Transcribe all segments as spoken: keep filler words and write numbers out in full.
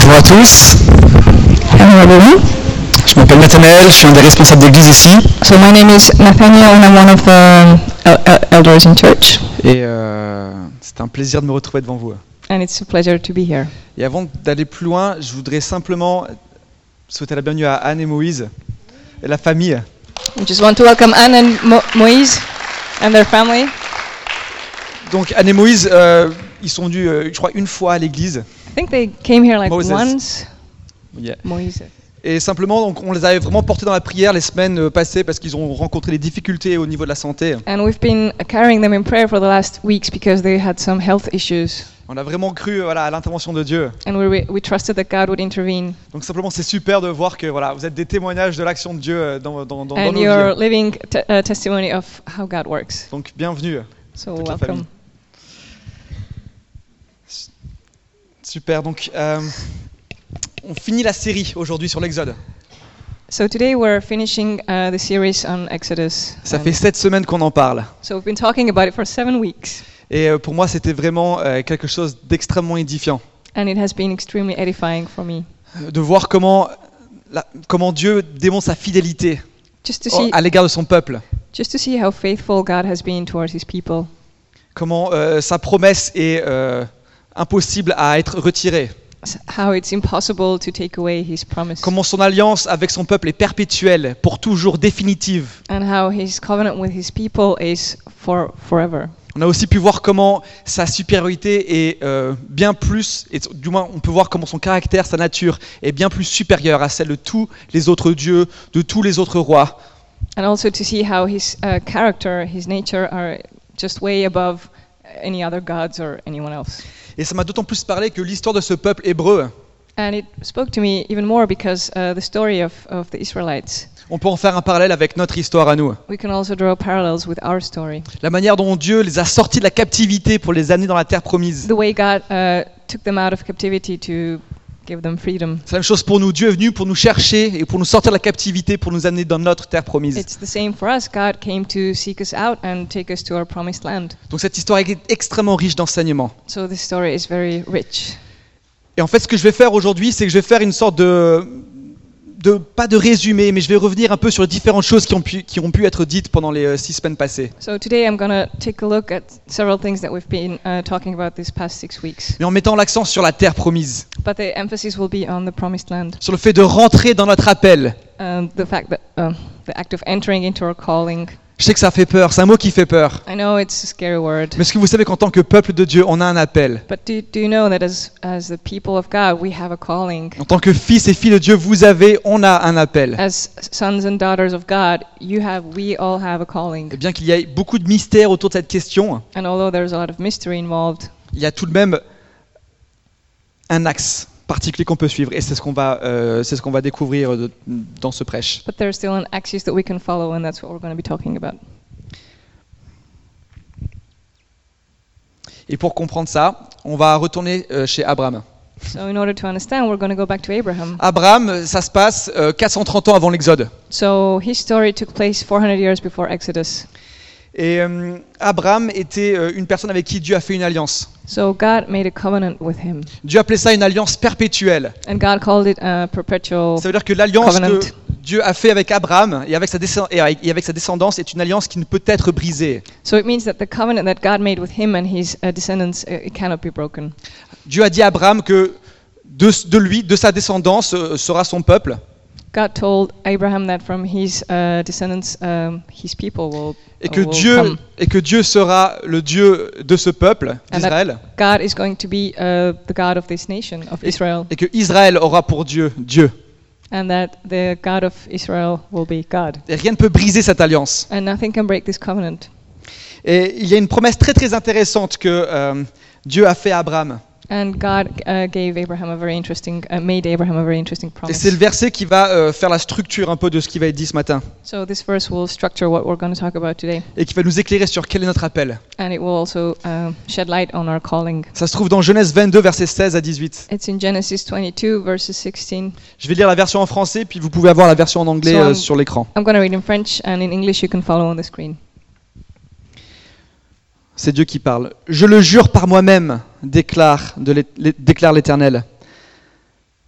Bonjour à tous. Hello everyone. Je m'appelle Nathanaël, je suis un des responsables d'église ici. So my name is Nathaniel and I'm one of the el- el- elders in church. Et euh, c'est un plaisir de me retrouver devant vous. And it's a pleasure to be here. Et avant d'aller plus loin, je voudrais simplement souhaiter la bienvenue à Anne et Moïse et la famille. I just want to welcome Anne and Mo- Moïse and their family. Donc Anne et Moïse, euh, ils sont venus, euh, je crois, une fois à l'église. I think they came here like Moses. once. Yeah. Moïse. Et simplement, donc, on les avait vraiment portés dans la prière les semaines euh, passées parce qu'ils ont rencontré des difficultés au niveau de la santé. And we've been carrying them in prayer for the last weeks because they had some health issues. On a vraiment cru euh, voilà, à l'intervention de Dieu. And we we trusted that God would intervene. Donc simplement, c'est super de voir que voilà, vous êtes des témoignages de l'action de Dieu euh, dans, dans, dans, dans And nos you're vies. living te- uh, testimony of how God works. Donc bienvenue. So Toute la welcome. famille. Super, donc euh, on finit la série aujourd'hui sur l'Exode. So today we're finishing uh, the series on Exodus. Ça And fait sept semaines qu'on en parle. So we've been talking about it for seven weeks, Et euh, pour moi, c'était vraiment euh, quelque chose d'extrêmement édifiant. and it has been extremely edifying for me. Euh, De voir comment, la- comment Dieu démontre sa fidélité Just to au- see, à l'égard de son peuple. just to see how faithful God has been towards His people. Comment euh, sa promesse est euh, impossible à être retirée. S- How it's impossible to take away His promise, Comment son alliance avec son peuple est perpétuelle, pour toujours, définitive. and how His covenant with His people is for forever. On a aussi pu voir comment sa supériorité est euh, bien plus, et du moins on peut voir comment son caractère, sa nature est bien plus supérieure à celle de tous les autres dieux, de tous les autres rois. And also to see how His uh, character, His nature are just way above any other gods or anyone else. Et ça m'a d'autant plus parlé que l'histoire de ce peuple hébreu, And it spoke to me even more because uh, the story of, of the Israelites, on peut en faire un parallèle avec notre histoire à nous. we can also draw parallels with our story. La manière dont Dieu les a sortis de la captivité pour les amener dans la terre promise. The way God uh, took them out of captivity to give them freedom. C'est la même chose pour nous. Dieu est venu pour nous chercher et pour nous sortir de la captivité, pour nous amener dans notre terre promise. It's the same for us. God came to seek us out and take us to our promised land. Donc cette histoire est extrêmement riche d'enseignements. So this story is very rich. Et en fait, ce que je vais faire aujourd'hui, c'est que je vais faire une sorte de, de pas de résumé, mais je vais revenir un peu sur les différentes choses qui ont pu, qui ont pu être dites pendant les euh, six semaines passées. So today I'm going to take a look at several things that we've been uh, talking about this past six weeks. Mais en mettant l'accent sur la terre promise, But the emphasis will be on the promised land. sur le fait de rentrer dans notre appel. Um, the fact that uh, the act of entering into our calling. Je sais que ça fait peur, c'est un mot qui fait peur. I know it's a scary word. Mais est-ce que vous savez qu'en tant que peuple de Dieu, on a un appel? But do, do you know that as, as the people of God, we have a calling? En tant que fils et filles de Dieu, vous avez, on a un appel. As sons and daughters of God, you have, we all have a calling. Et bien qu'il y ait beaucoup de mystères autour de cette question, And although there's a lot of mystery involved, il y a tout de même un axe particulier qu'on peut suivre. Et c'est ce qu'on va, euh, c'est ce qu'on va découvrir de- dans ce prêche. but there's still an axis that we can follow, and that's what we're going to be talking about. Et pour comprendre ça, on va retourner euh, chez Abraham. So in order to understand, we're going to go back to Abraham. Abraham, ça se passe euh, quatre cent trente ans avant l'Exode. So his story took place four hundred years before Exodus. Et euh, Abraham était euh, une personne avec qui Dieu a fait une alliance. So God made a covenant with him, Dieu appelait ça une alliance perpétuelle. and God called it a perpetual. Ça veut dire que l'alliance Covenant. que Dieu a fait avec Abraham et avec, sa descend- et avec- et avec sa descendance est une alliance qui ne peut être brisée. So it means that the covenant that God made with him and his uh, descendants, uh, it cannot be broken. Dieu a dit à Abraham que de, de lui, de sa descendance, euh, sera son peuple. God told Abraham that from his uh, descendants, um, his people will, Et que, will Dieu, come, et que Dieu sera le Dieu de ce peuple, and d'Israël. that God is going to be uh, the God of this nation, of Et, Israel, et que Israël aura pour Dieu, Dieu. and that the God of Israel will be God. Et rien ne peut briser cette alliance. And nothing can break this covenant. Et il y a une promesse très très intéressante que euh, Dieu a fait à Abraham. And God uh, gave Abraham a very interesting, uh, made Abraham a very interesting Et promise. c'est le verset qui va euh, faire la structure un peu de ce qui va être dit ce matin. So this verse will structure what we're going to talk about today, Et qui va nous éclairer sur quel est notre appel. and it will also uh, shed light on our calling. Ça se trouve dans Genèse vingt-deux, versets seize à dix-huit. It's in Genesis twenty-two, verses sixteen. Je vais lire la version en français, puis vous pouvez avoir la version en anglais So, euh, um, sur l'écran. I'm going to read in French, and in English you can follow on the screen. C'est Dieu qui parle. « Je le jure par moi-même, déclare, de l'É- l'É- déclare l'Éternel.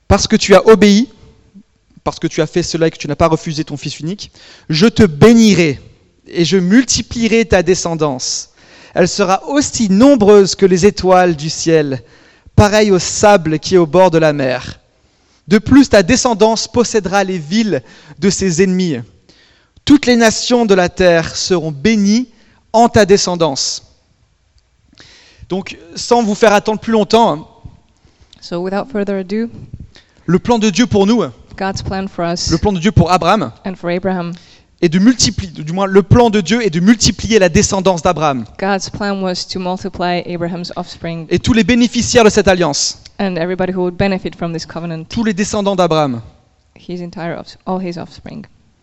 Parce que tu as obéi, parce que tu as fait cela et que tu n'as pas refusé ton Fils unique, je te bénirai et je multiplierai ta descendance. Elle sera aussi nombreuse que les étoiles du ciel, pareille au sable qui est au bord de la mer. De plus, ta descendance possédera les villes de ses ennemis. Toutes les nations de la terre seront bénies en ta descendance. Donc, sans vous faire attendre plus longtemps, So without further ado, le plan de Dieu pour nous, God's plan for us le plan de Dieu pour Abraham, and for Abraham, est de multiplier, du moins le plan de Dieu est de multiplier la descendance d'Abraham God's plan was to multiply Abraham's offspring et tous les bénéficiaires de cette alliance, and everybody who would benefit from this covenant, tous les descendants d'Abraham. his entire off- all his offspring.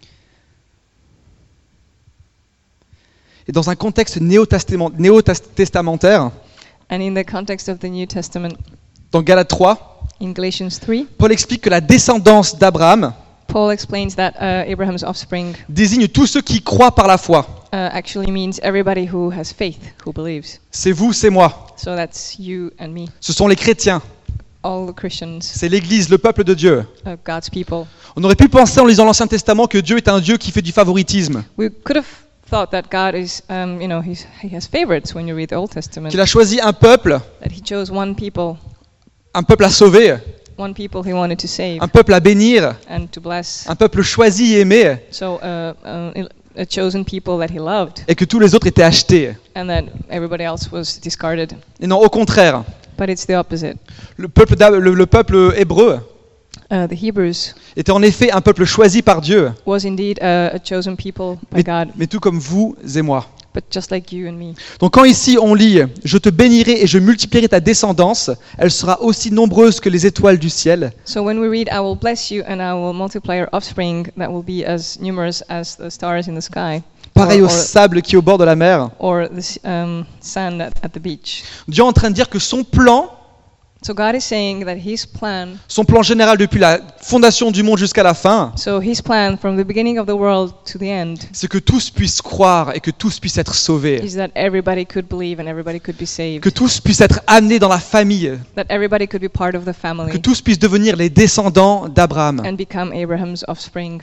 Et dans un contexte néo-testament- néo-testamentaire, And in the context of the New Testament, dans Galates trois, in Galatians three, Paul explique que la descendance d'Abraham Paul explains that uh, Abraham's offspring désigne tous ceux qui croient par la foi. uh, actually means everybody who has faith, who believes. C'est vous, c'est moi. So that's you and me, Ce sont les chrétiens. all the Christians, C'est l'Église, le peuple de Dieu. uh, God's people. On aurait pu penser en lisant l'Ancien Testament que Dieu est un Dieu qui fait du favoritisme, We could have thought that God is, um, you know, he's, he has favorites when you read the Old Testament. qu'il a choisi un peuple, That he chose one people, un peuple à sauver, one people he wanted to save un peuple à bénir, and to bless. un peuple choisi et aimé, So uh, uh, a chosen people that he loved, et que tous les autres étaient achetés. and that everybody else was discarded. Et non, au contraire, But it's the opposite. le peuple, d'A- le, le peuple hébreu Uh, the Hebrews était en effet un peuple choisi par Dieu, was indeed uh, a chosen people by mais, God, mais tout comme vous et moi. but just like you and me. Donc quand ici on lit « Je te bénirai et je multiplierai ta descendance, elle sera aussi nombreuse que les étoiles du ciel », So when we read, I will bless you and I will multiply your offspring, that will be as numerous as the stars in the sky, pareil or, au or, sable qui est au bord de la mer, or the s- um, sand at, at the beach. Dieu est en train de dire que son plan, So God is saying that his plan, son plan général depuis la fondation du monde jusqu'à la fin, so his plan from the beginning of the world to the end, c'est que tous puissent croire et que tous puissent être sauvés, is that everybody could believe and everybody could be saved, que tous puissent être amenés dans la famille, that everybody could be part of the que family tous puissent devenir les descendants d'Abraham. and become Abraham's offspring.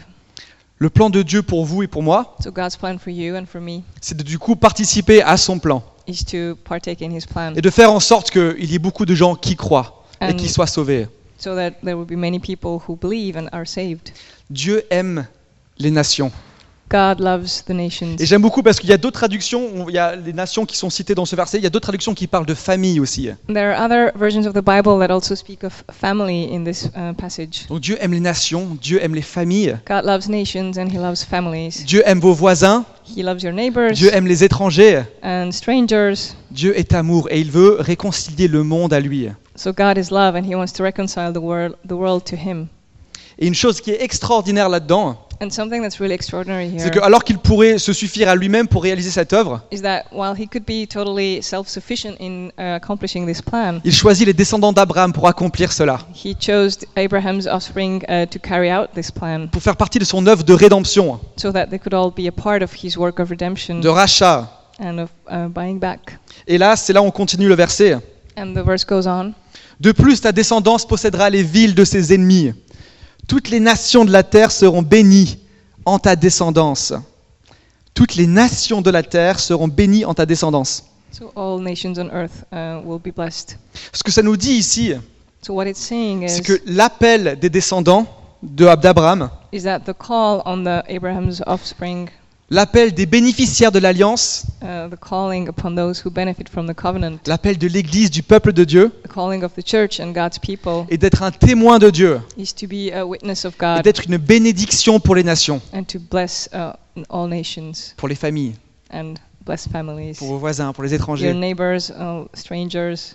Le plan de Dieu pour vous et pour moi, So God's plan for you and for me c'est de du coup participer à son plan is to partake in his plan, et de faire en sorte qu'il y ait beaucoup de gens qui croient et And- qui soient sauvés. so that there will be many people who believe and are saved. Dieu aime les nations. God loves the nations. Et j'aime beaucoup parce qu'il y a d'autres traductions, on- il y a les nations qui sont citées dans ce verset, il y a d'autres traductions qui parlent de famille aussi. There are other versions of the Bible that also speak of family in this uh, passage. Donc Dieu aime les nations, Dieu aime les familles, God loves nations and he loves families. Dieu aime vos voisins, He loves your neighbors Dieu aime les étrangers, and strangers. Dieu est amour et il veut réconcilier le monde à lui. So God is love and he wants to reconcile the world, the world to him. Et une chose qui est extraordinaire là-dedans, And something that's really extraordinary here c'est que alors qu'il pourrait se suffire à lui-même pour réaliser cette œuvre, is that while he could be totally self-sufficient in uh, accomplishing this plan, il choisit les descendants d'Abraham pour accomplir cela, he chose Abraham's offspring uh, to carry out this plan pour faire partie de son œuvre de rédemption, so that they could all be a part of his work of redemption de rachat. and of uh, buying back. Et là, c'est là où on continue le verset. And the verse goes on. De plus, ta descendance possédera les villes de ses ennemis. Toutes les nations de la terre seront bénies en ta descendance. Toutes les nations de la terre seront bénies en ta descendance. So all nations on earth uh, will be blessed. Ce que ça nous dit ici, So what it's saying c'est is, que l'appel des descendants de d'Abraham, is that the call on the Abraham's offspring, l'appel des bénéficiaires de l'alliance, uh, the calling upon those who benefit from the covenant, l'appel de l'Église, du peuple de Dieu, the calling of the church and God's people, est d'être un témoin de Dieu, is to be a witness of et God d'être une bénédiction pour les nations, and to bless uh, all nations pour les familles, and bless families, pour vos voisins, pour les your étrangers. neighbors, uh, strangers,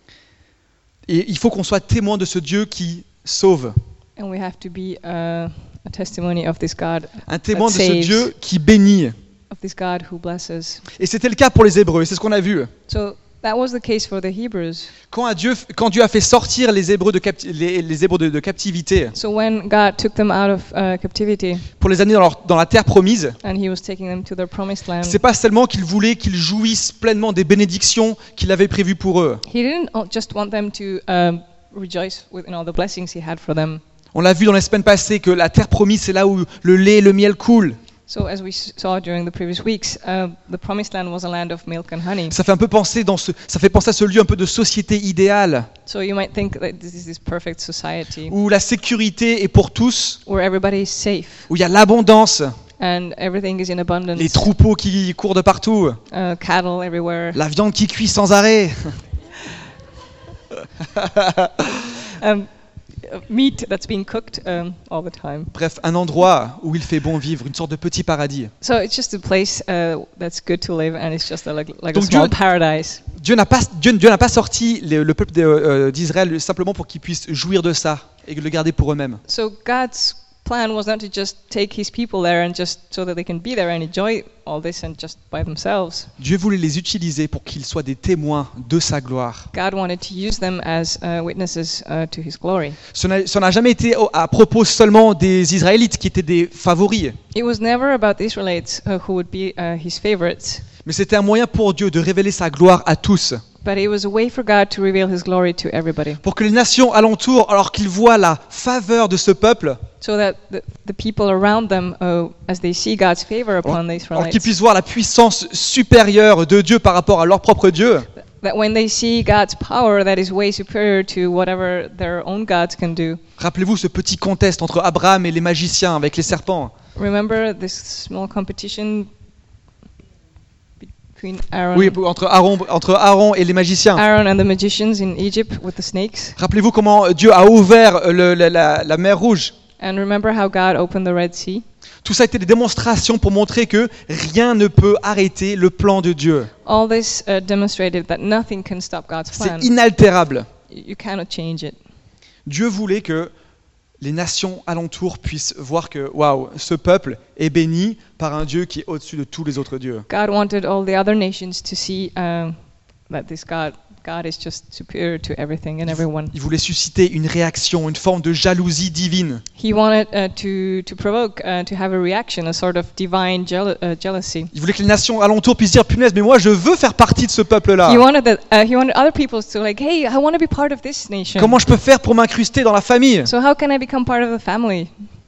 Et il faut qu'on soit témoin de ce Dieu qui sauve, and we have to be uh, a testimony of this God, un témoin de that ce saves. Dieu qui bénit. of this God who blesses. Et c'était le cas pour les Hébreux, et c'est ce qu'on a vu. So that was the case for the Hebrews. Quand, un Dieu, quand Dieu a fait sortir les Hébreux de, capti- les, les Hébreux de, de captivité So when God took them out of uh, captivity pour les amener dans, leur- dans la terre promise, and he was taking them to their promised land, c'est pas seulement qu'il voulait qu'ils jouissent pleinement des bénédictions qu'il avait prévues pour eux, he didn't uh, just want them to um, rejoice with in all the blessings he had for them. On l'a vu dans les semaines passées que la terre promise, c'est là où le lait et le miel coulent. So as we s- saw during the previous weeks, uh, the promised land was a land of milk and honey. Ça fait un peu penser dans ce, ça fait penser à ce lieu un peu de société idéale So you might think that this is this perfect society où la sécurité est pour tous, where everybody is safe où il y a l'abondance, and everything is in abundance. les troupeaux qui courent de partout, Uh, cattle everywhere. la viande qui cuit sans arrêt. Um, uh, meat that's being cooked um, all the time. Bref, un endroit où il fait bon vivre, une sorte de petit paradis. So it's just a place uh, that's good to live, and it's just a, like, like a Donc small Dieu- paradise. Dieu n'a pas, Dieu, Dieu n'a pas sorti le, le peuple de- euh, d'Israël simplement pour qu'ils puissent jouir de ça et le garder pour eux-mêmes. So God's plan was not to just take His people there and just so that they can be there and enjoy all this and just by themselves. Dieu voulait les utiliser pour qu'ils soient des témoins de sa gloire. God wanted to use them as uh, witnesses uh, to His glory. Ce n'a ça n'a jamais été au- à propos seulement des Israélites qui étaient des favoris, It was never about the Israelites uh, who would be uh, His favorites, mais c'était un moyen pour Dieu de révéler sa gloire à tous. but it was a way for God to reveal His glory to everybody, Pour que les nations alentour, alors qu'ils voient la faveur de ce peuple, so that the, the people around them, uh, as they see God's favor upon the alors qu'ils Israelites, puissent voir la puissance supérieure de Dieu par rapport à leur propre Dieu, that when they see God's power that is way superior to whatever their own gods can do. rappelez-vous ce petit contest entre Abraham et les magiciens avec les serpents. Remember this small competition between Aaron, Oui, entre Aaron, entre Aaron et les magiciens. Aaron and the magicians in Egypt with the snakes? Rappelez-vous comment Dieu a ouvert le- la, la- la mer Rouge. And remember how God opened the Red Sea? Tout ça a été des démonstrations pour montrer que rien ne peut arrêter le plan de Dieu. All this uh, demonstrated that nothing can stop God's plan. C'est inaltérable. Y- You cannot change it. Dieu voulait que les nations alentours puissent voir que, waouh, ce peuple est béni par un Dieu qui est au-dessus de tous les autres dieux. God wanted all the other nations to see um, that this God, God is just superior to everything and everyone. Il voulait susciter une réaction, une forme de jalousie divine. He wanted uh, to to provoke, uh, to have a reaction, a sort of divine jeal- uh, jealousy. Il voulait que les nations alentours puissent dire, punaise, mais moi je veux faire partie de ce peuple-là. He wanted that. Uh, he wanted other people to like, hey, I want to be part of this nation. Comment je peux faire pour m'incruster dans la famille? So how can I become part of the family?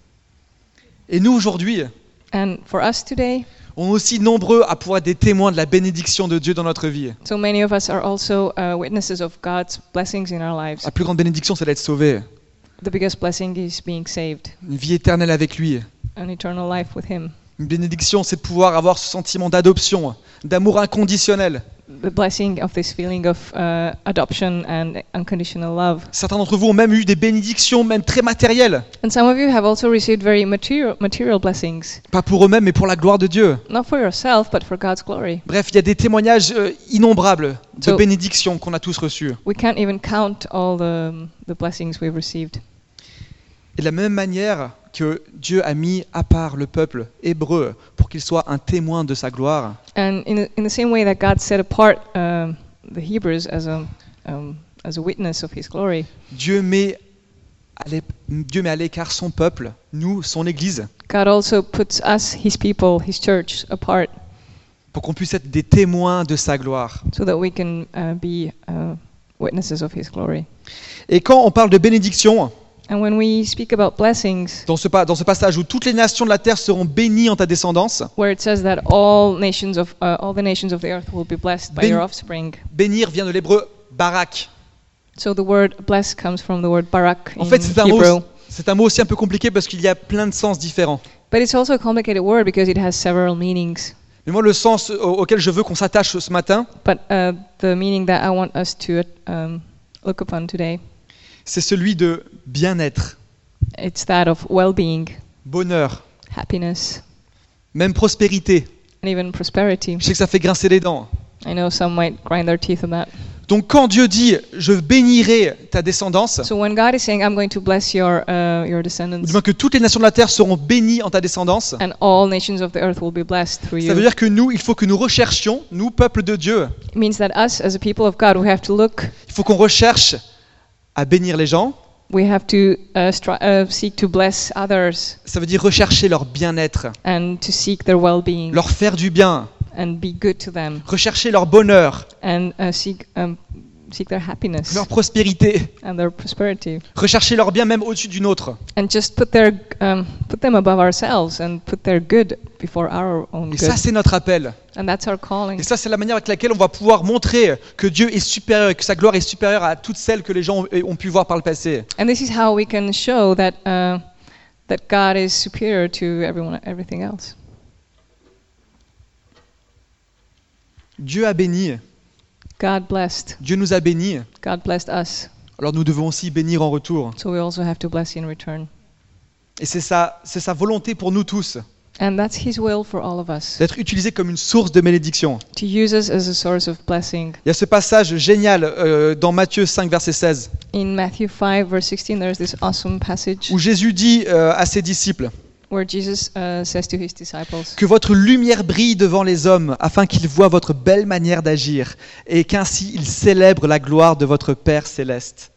Et nous aujourd'hui, And for us today, on est aussi nombreux à pouvoir être des témoins de la bénédiction de Dieu dans notre vie. so many of us are also uh, witnesses of God's blessings in our lives. La plus grande bénédiction, c'est d'être sauvé. The biggest blessing is being saved, Une vie éternelle avec lui. an eternal life with Him. Une bénédiction, c'est de pouvoir avoir ce sentiment d'adoption, d'amour inconditionnel. The blessing of this feeling of uh, adoption and unconditional love. Certains d'entre vous ont même eu des bénédictions, même très matérielles. And some of you have also received very material, material blessings, Pas pour eux-mêmes, mais pour la gloire de Dieu. not for yourself, but for God's glory. Bref, il y a des témoignages euh, innombrables de So- bénédictions qu'on a tous reçues. We can't even count all the, the blessings we've received. Et de la même manière que Dieu a mis à part le peuple hébreu pour qu'il soit un témoin de sa gloire, And in the, in the same way that God set apart um, the Hebrews as a um, as a witness of His glory, Dieu met à l'é- Dieu met à l'écart son peuple, nous, son Église, God also puts us, His people, His church, apart pour qu'on puisse être des témoins de sa gloire. so that we can uh, be uh, witnesses of His glory. Et quand on parle de bénédiction, And when we speak about blessings, dans ce, pa- dans ce passage où toutes les nations de la terre seront bénies en ta descendance, where it says that all nations of uh, all the nations of the earth will be blessed by Ben- your offspring, bénir vient de l'hébreu barak. so the word bless comes from the word barak En in fait, c'est un, mot, Hebrew. c'est un mot aussi un peu compliqué parce qu'il y a plein de sens différents. But it's also a complicated word because it has several meanings. Mais moi, le sens au- auquel je veux qu'on s'attache ce matin, But uh, the meaning that I want us to um, look upon today, c'est celui de bien-être, it's that of well-being, bonheur, happiness, même prospérité. and even prosperity. Je sais que ça fait grincer les dents. I know some might grind their teeth on that. Donc quand Dieu dit « je bénirai ta descendance », So when God is saying, I'm going to bless your uh, your ou descendants, du moins que toutes les nations de la terre seront bénies en ta descendance, and all nations of the earth will be blessed through ça veut you, dire que nous, il faut que nous recherchions, nous, peuple de Dieu, it means that us as a people of God, we have to look, il faut qu'on recherche à bénir les gens. we have to uh, stri- uh, seek to bless others Ça veut dire rechercher leur bien-être, and to seek their well-being leur faire du bien, and be good to them rechercher leur bonheur, and uh, seek um, seek their happiness leur prospérité, and their prosperity, rechercher leur bien même au-dessus d'une autre. and just put their um, put them above ourselves and put their good before our own Et good. ça, c'est notre appel. And that's our calling. Et ça, c'est la manière avec laquelle on va pouvoir montrer que Dieu est supérieur et que sa gloire est supérieure à toutes celles que les gens ont, ont pu voir par le passé. And this is how we can show that uh, that God is superior to everyone, everything else. Dieu a béni, God blessed. Dieu nous a bénis, God blessed us. alors nous devons aussi bénir en retour. So we also have to bless in return. Et c'est sa, c'est sa volonté pour nous tous And that's His will for all of us, d'être utilisés comme une source de bénédiction. to use us as a source of blessing. Il y a ce passage génial euh, dans Matthieu cinq, verset seize, In Matthew five, verse sixteen, there's this awesome passage où Jésus dit euh, à ses disciples where Jesus uh, says to His disciples, que votre lumière brille devant les hommes afin qu'ils voient votre belle manière d'agir et qu'ainsi ils célèbrent la gloire de votre Père céleste.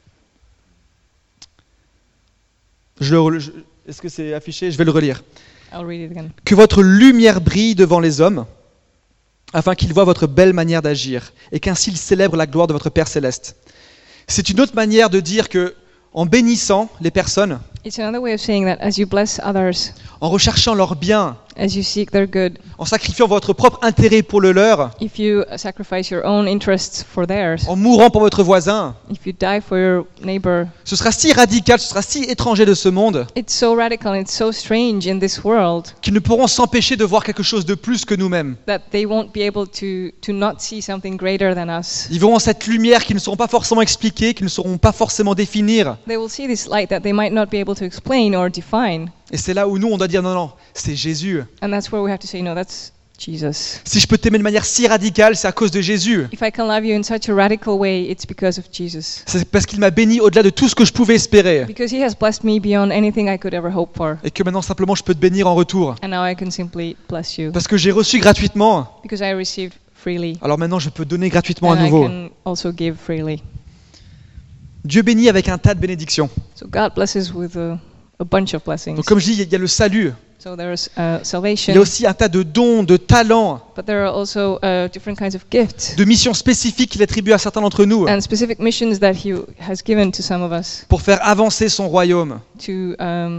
Je le, je- est-ce que c'est affiché ? Je vais le relire. I'll read it again. Que votre lumière brille devant les hommes afin qu'ils voient votre belle manière d'agir et qu'ainsi ils célèbrent la gloire de votre Père céleste. C'est une autre manière de dire que en bénissant les personnes, It's another way of saying that as you bless others, en recherchant leur bien, as you seek their good, en sacrifiant votre propre intérêt pour le leur, if you sacrifice your own interests for theirs, en mourant pour votre voisin, if you die for your neighbor, ce sera si radical, ce sera si étranger de ce monde it's so radical and it's so strange in this world qu'ils ne pourront s'empêcher de voir quelque chose de plus que nous-mêmes. that they won't be able to, to not see something greater than us. Ils verront cette lumière qui ne seront pas forcément expliquées, qui ne sauront pas forcément définir. They will see this light that they might not be able to explain or define. Et c'est là où nous, on doit dire non, non, c'est Jésus. And that's where we have to say, no, that's Jesus. Si je peux t'aimer de manière si radicale, c'est à cause de Jésus. If I can love you in such a radical way, it's because of Jesus. C'est parce qu'il m'a béni au-delà de tout ce que je pouvais espérer. Because He has blessed me beyond anything I could ever hope for. Et que maintenant, simplement, je peux te bénir en retour. And now I can simply bless you. Parce que j'ai reçu gratuitement. Because I received freely. Alors maintenant, je peux donner gratuitement à And I nouveau. can also give freely. Dieu bénit avec un tas de bénédictions. So God blesses with a, a bunch of blessings. Donc comme je dis, il y a le salut. So there's uh, Il salvation, y a aussi un tas de dons, de talents, but there are also uh, different kinds of gifts de missions spécifiques qu'il attribue à certains d'entre nous and specific missions that He has given to some of us pour faire avancer son royaume, to um,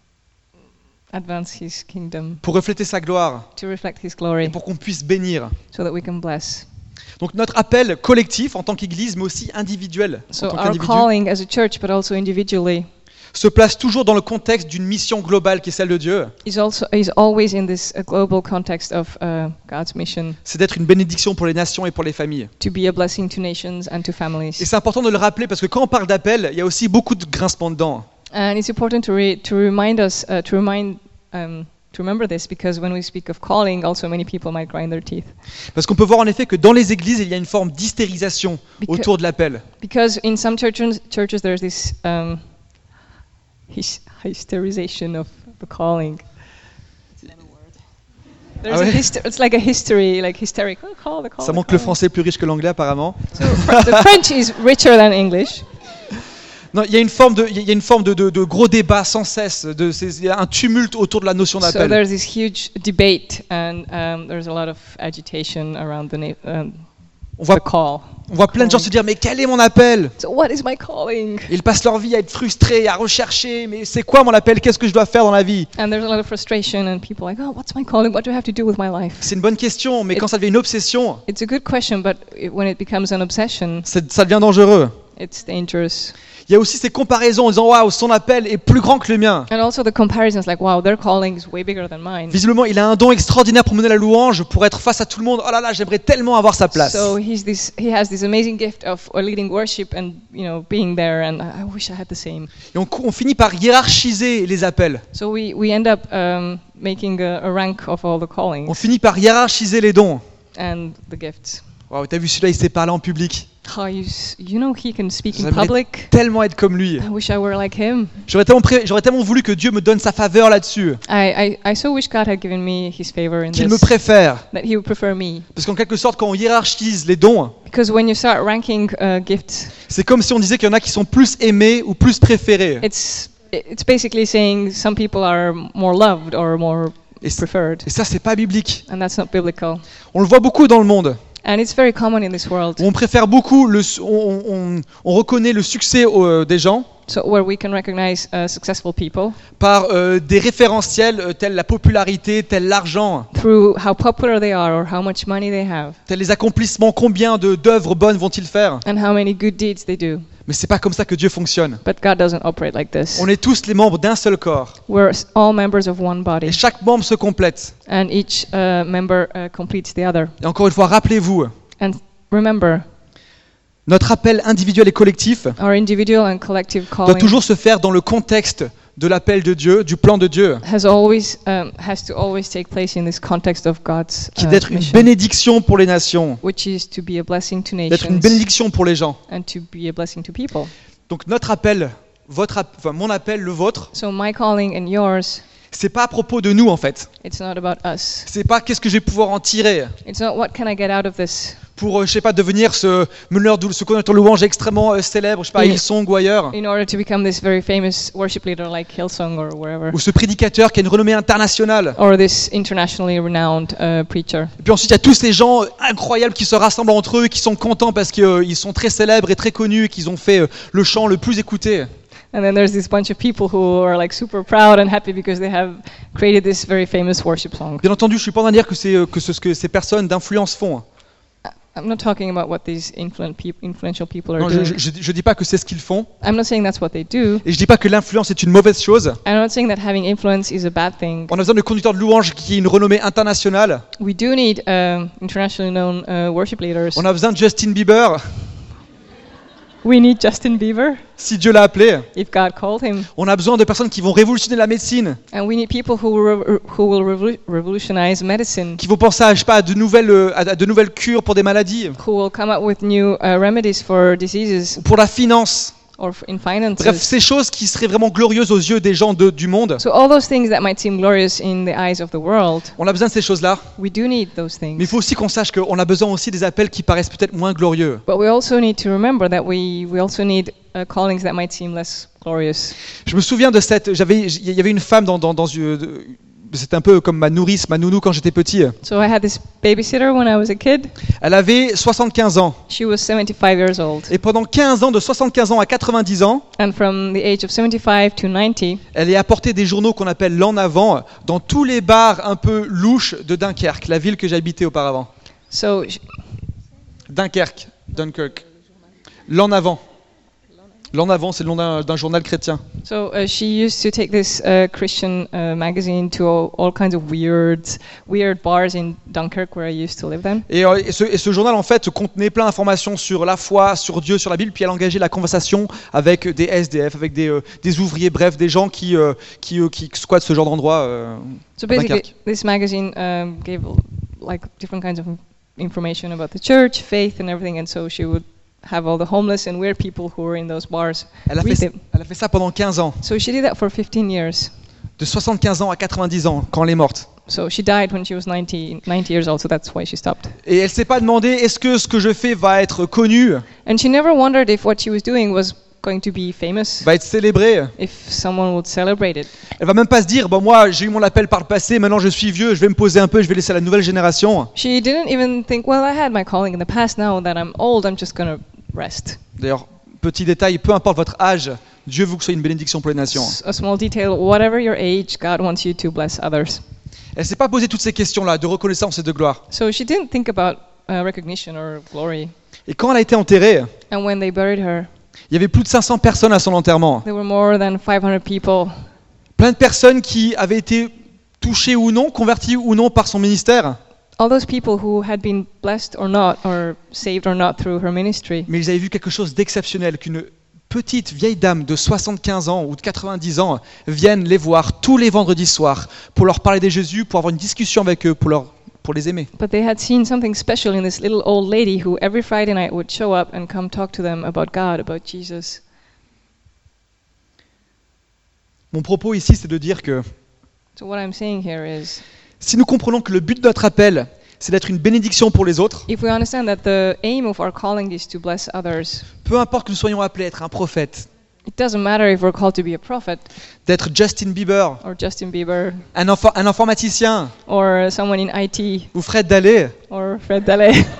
advance His kingdom, pour refléter sa gloire, to reflect His et glory, pour qu'on puisse bénir. so that we can bless. Donc notre appel collectif en tant qu'Église, mais aussi individuel en So tant our qu'individu, calling as a church, but also individually, se place toujours dans le contexte d'une mission globale qui est celle de Dieu. is also is always in this uh, global context of uh, God's mission C'est d'être une bénédiction pour les nations et pour les familles. to be a blessing to nations and to Et families. c'est important de le rappeler parce que quand on parle d'appel, il y a aussi beaucoup de grincements dedans. And it's important to re- to remind us uh, to remind um, to remember this, because when we speak of calling, also many people might grind their teeth. Parce qu'on peut voir en effet que dans les églises, il y a une forme d'hystérisation Because- autour de l'appel. Because in some churches, churches there's this um, hys- hysterization of the calling. There's Ah a ouais? hyster- it's like a history, like hysteric. Oh, call the call. Ça the montre que le call. français est plus riche que l'anglais apparemment. So fr- the French is richer than English. Non, il y a une forme de, il y a une forme de, de, de gros débat sans cesse, de, c'est- il y a un tumulte autour de la notion So d'appel. there's this huge debate, and um, there's a lot of agitation around the, na- um, On voit, the call. on voit plein de gens se dire mais quel est mon appel? So what is my calling? Ils passent leur vie à être frustrés, à rechercher, mais c'est quoi mon appel? Qu'est-ce que je dois faire dans la vie? And there's a lot of frustration, and people are like, oh, what's my calling? What do I have to do with my life? C'est une bonne question, mais quand ça devient une obsession, It's a good question, but it, when it becomes an obsession, c'est- ça devient dangereux. it's dangerous. Il y a aussi ces comparaisons en disant waouh, son appel est plus grand que le mien. And also the comparisons, like, wow, their calling is way bigger than mine. Visiblement, il a un don extraordinaire pour mener la louange, pour être face à tout le monde. Oh là là, j'aimerais tellement avoir sa place. So he's this, he has this amazing gift of uh, leading worship and, you know, being there, and I, I wish I had the same. Et on, on finit par hiérarchiser les appels. So we, we end up um, making a, a rank of all the On callings finit par hiérarchiser les dons. and the gifts. Waouh, t'as vu celui-là, il sait parler en public. Oh, you, s- you know, he can speak in J'aimerais public. tellement être comme lui. I wish I were like him. J'aurais tellement, pré- j'aurais tellement voulu que Dieu me donne sa faveur là-dessus, I, I, I so wish God had given me his favor in qu'il me this, préfère. that he would prefer me. Parce qu'en quelque sorte, quand on hiérarchise les dons, Because when you start ranking uh, gifts, c'est comme si on disait qu'il y en a qui sont plus aimés ou plus préférés. it's it's basically saying some people are more loved or more Et, c- preferred, et ça, c'est pas biblique. and that's not biblical. On le voit beaucoup dans le monde. And it's very common in this world. où on préfère beaucoup, le, su- on, on- on reconnaît le succès euh, des gens So where we can recognize uh, successful people par euh, des référentiels euh, tels la popularité, tel l'argent, through how popular they are or how much money they have tels les accomplissements, combien de d'œuvres bonnes vont-ils faire. and how many good deeds they do. Mais c'est pas comme ça que Dieu fonctionne. But God doesn't operate like this. On est tous les membres d'un seul corps We're s- all members of one et body, chaque membre se complète. and each uh, member uh, completes the other. Et encore une fois, rappelez-vous, And remember, notre appel individuel et collectif our individual and collective doit calling toujours se faire dans le contexte de l'appel de Dieu, du plan de Dieu, has always um, has to always take place in this context of God's qui est uh, d'être une mission, bénédiction pour les nations, which is to be a blessing to d'être une nations bénédiction pour les gens. and to be a blessing to people. Donc notre appel, votre, app- enfin, mon appel, le vôtre, So my calling and yours, c'est pas à propos de nous en fait. it's not about us. C'est pas qu'est-ce que je vais pouvoir en tirer It's not what can I get out of this pour, euh, je sais pas, devenir ce meneur de ce conducteur louange extrêmement euh, célèbre, je sais pas, à Oui. Hillsong ou ailleurs, in order to become this very famous worship leader like Hillsong or wherever, ou ce prédicateur qui a une renommée internationale. or this internationally renowned uh, preacher. Et puis ensuite, il y a tous ces gens euh, incroyables qui se rassemblent entre eux, qui sont contents parce qu'ils sont très célèbres et très connus, et qu'ils ont fait euh, le chant le plus écouté. And then there's this bunch of people who are like super proud and happy because they have created this very famous worship song. Bien entendu, je suis pas en train de dire que c'est euh, que ce ce que ces personnes d'influence font. I'm not talking about what these influen- peop- influential people are Non, je, doing. je, je- je dis pas que c'est ce qu'ils font, I'm not saying that's what they do. et je dis pas que l'influence est une mauvaise chose. I'm not saying that having influence is a bad thing. On a besoin de conducteurs de louange qui aient une renommée internationale. We do need um, internationally known uh, worship leaders. On a besoin de Justin Bieber, We need Justin Bieber, si Dieu l'a appelé. if God called him. On a besoin de personnes qui vont révolutionner la médecine, And we need people who will, rev- who will revolu- revolutionize medicine, qui vont penser à, je sais pas, à de nouvelles, euh, à de nouvelles cures pour des maladies, who will come up with new uh, remedies for diseases ou pour la finance. or f- in Bref, finances. ces choses qui seraient vraiment glorieuses aux yeux des gens de- du monde. So all those things that might seem glorious in the eyes of the world, On a besoin de ces choses-là. we do need those Mais il things. faut aussi qu'on sache qu'on a besoin aussi des appels qui paraissent peut-être moins glorieux. But we also need to remember that we, we also need uh, callings that might seem less glorious. Je me souviens de cette... j'avais, Il y avait une femme dans... dans, dans une- de- c'était un peu comme ma nourrice, ma nounou quand j'étais petit. So I had this babysitter when I was a kid. Elle avait soixante-quinze ans. She was seventy-five years old. Et pendant quinze ans, de soixante-quinze ans à quatre-vingt-dix ans, And from the age of seventy-five to ninety, elle est apporté des journaux qu'on appelle l'en avant dans tous les bars un peu louches de Dunkerque, la ville que j'habitais auparavant. so sh- Dunkerque, Dunkirk. L'en avant. L'en avant, c'est le nom d'un, d'un journal chrétien. so uh, she used to take this uh, Christian uh, magazine to all, all kinds of weird, weird bars in Dunkirk where I used to live then. Et, euh, et ce, et ce journal, en fait, contenait plein d'informations sur la foi, sur Dieu, sur la Bible, puis elle engageait la conversation avec des S D F, avec des, euh, des ouvriers, bref, des gens qui, euh, qui, euh, qui squattent ce genre d'endroit. euh. So basically, Dunkerque. this magazine um, gave like different kinds of information about the church, faith, and everything. And so she would have all the homeless and weird people who were in those bars Elle a, read fait, them. elle a fait ça pendant quinze ans, So she did that for fifteen years. de soixante-quinze ans à quatre-vingt-dix ans, quand elle est morte. So she died when she was ninety, ninety years old. So that's why she stopped. Et elle s'est pas demandé, est-ce que ce que je fais va être connu, And she never wondered if what she was doing was going to be famous, va être célébré. if someone would celebrate it. Elle va même pas se dire, bon moi j'ai eu mon appel par le passé, maintenant je suis vieux, je vais me poser un peu, je vais laisser à la nouvelle génération. She didn't even think, well, I had my calling in the past. Now that I'm old, I'm just gonna rest. D'ailleurs, petit détail, peu importe votre âge, Dieu veut que vous soyez une bénédiction pour les nations. S- A small detail: whatever your age, God wants you to bless others. Elle s'est pas posé toutes ces questions-là de reconnaissance et de gloire. So she didn't think about uh, recognition or glory. Et quand elle a été enterrée, And when they buried her, il y avait plus de cinq cents personnes à son enterrement. there were more than five hundred people. Plein de personnes qui avaient été touchées ou non, converties ou non par son ministère, All those people who had been blessed or not, or saved or not through her ministry. mais ils avaient vu quelque chose d'exceptionnel, qu'une petite vieille dame de soixante-quinze ans ou de quatre-vingt-dix ans vienne les voir tous les vendredis soirs pour leur parler de Jésus, pour avoir une discussion avec eux, pour, leur, pour les aimer. But they had seen something special in this little old lady who every Friday night would show up and come talk to them about God, about Jesus. Mon propos ici, c'est de dire que So what I'm saying here is, si nous comprenons que le but de notre appel, c'est d'être une bénédiction pour les autres, if we understand that the aim of our calling is to bless others, peu importe que nous soyons appelés à être un prophète, it doesn't matter if we're called to be a prophet d'être Justin Bieber, or Justin Bieber un, infor- un informaticien or someone in I T ou Fred Dallet, or Fred Dallet.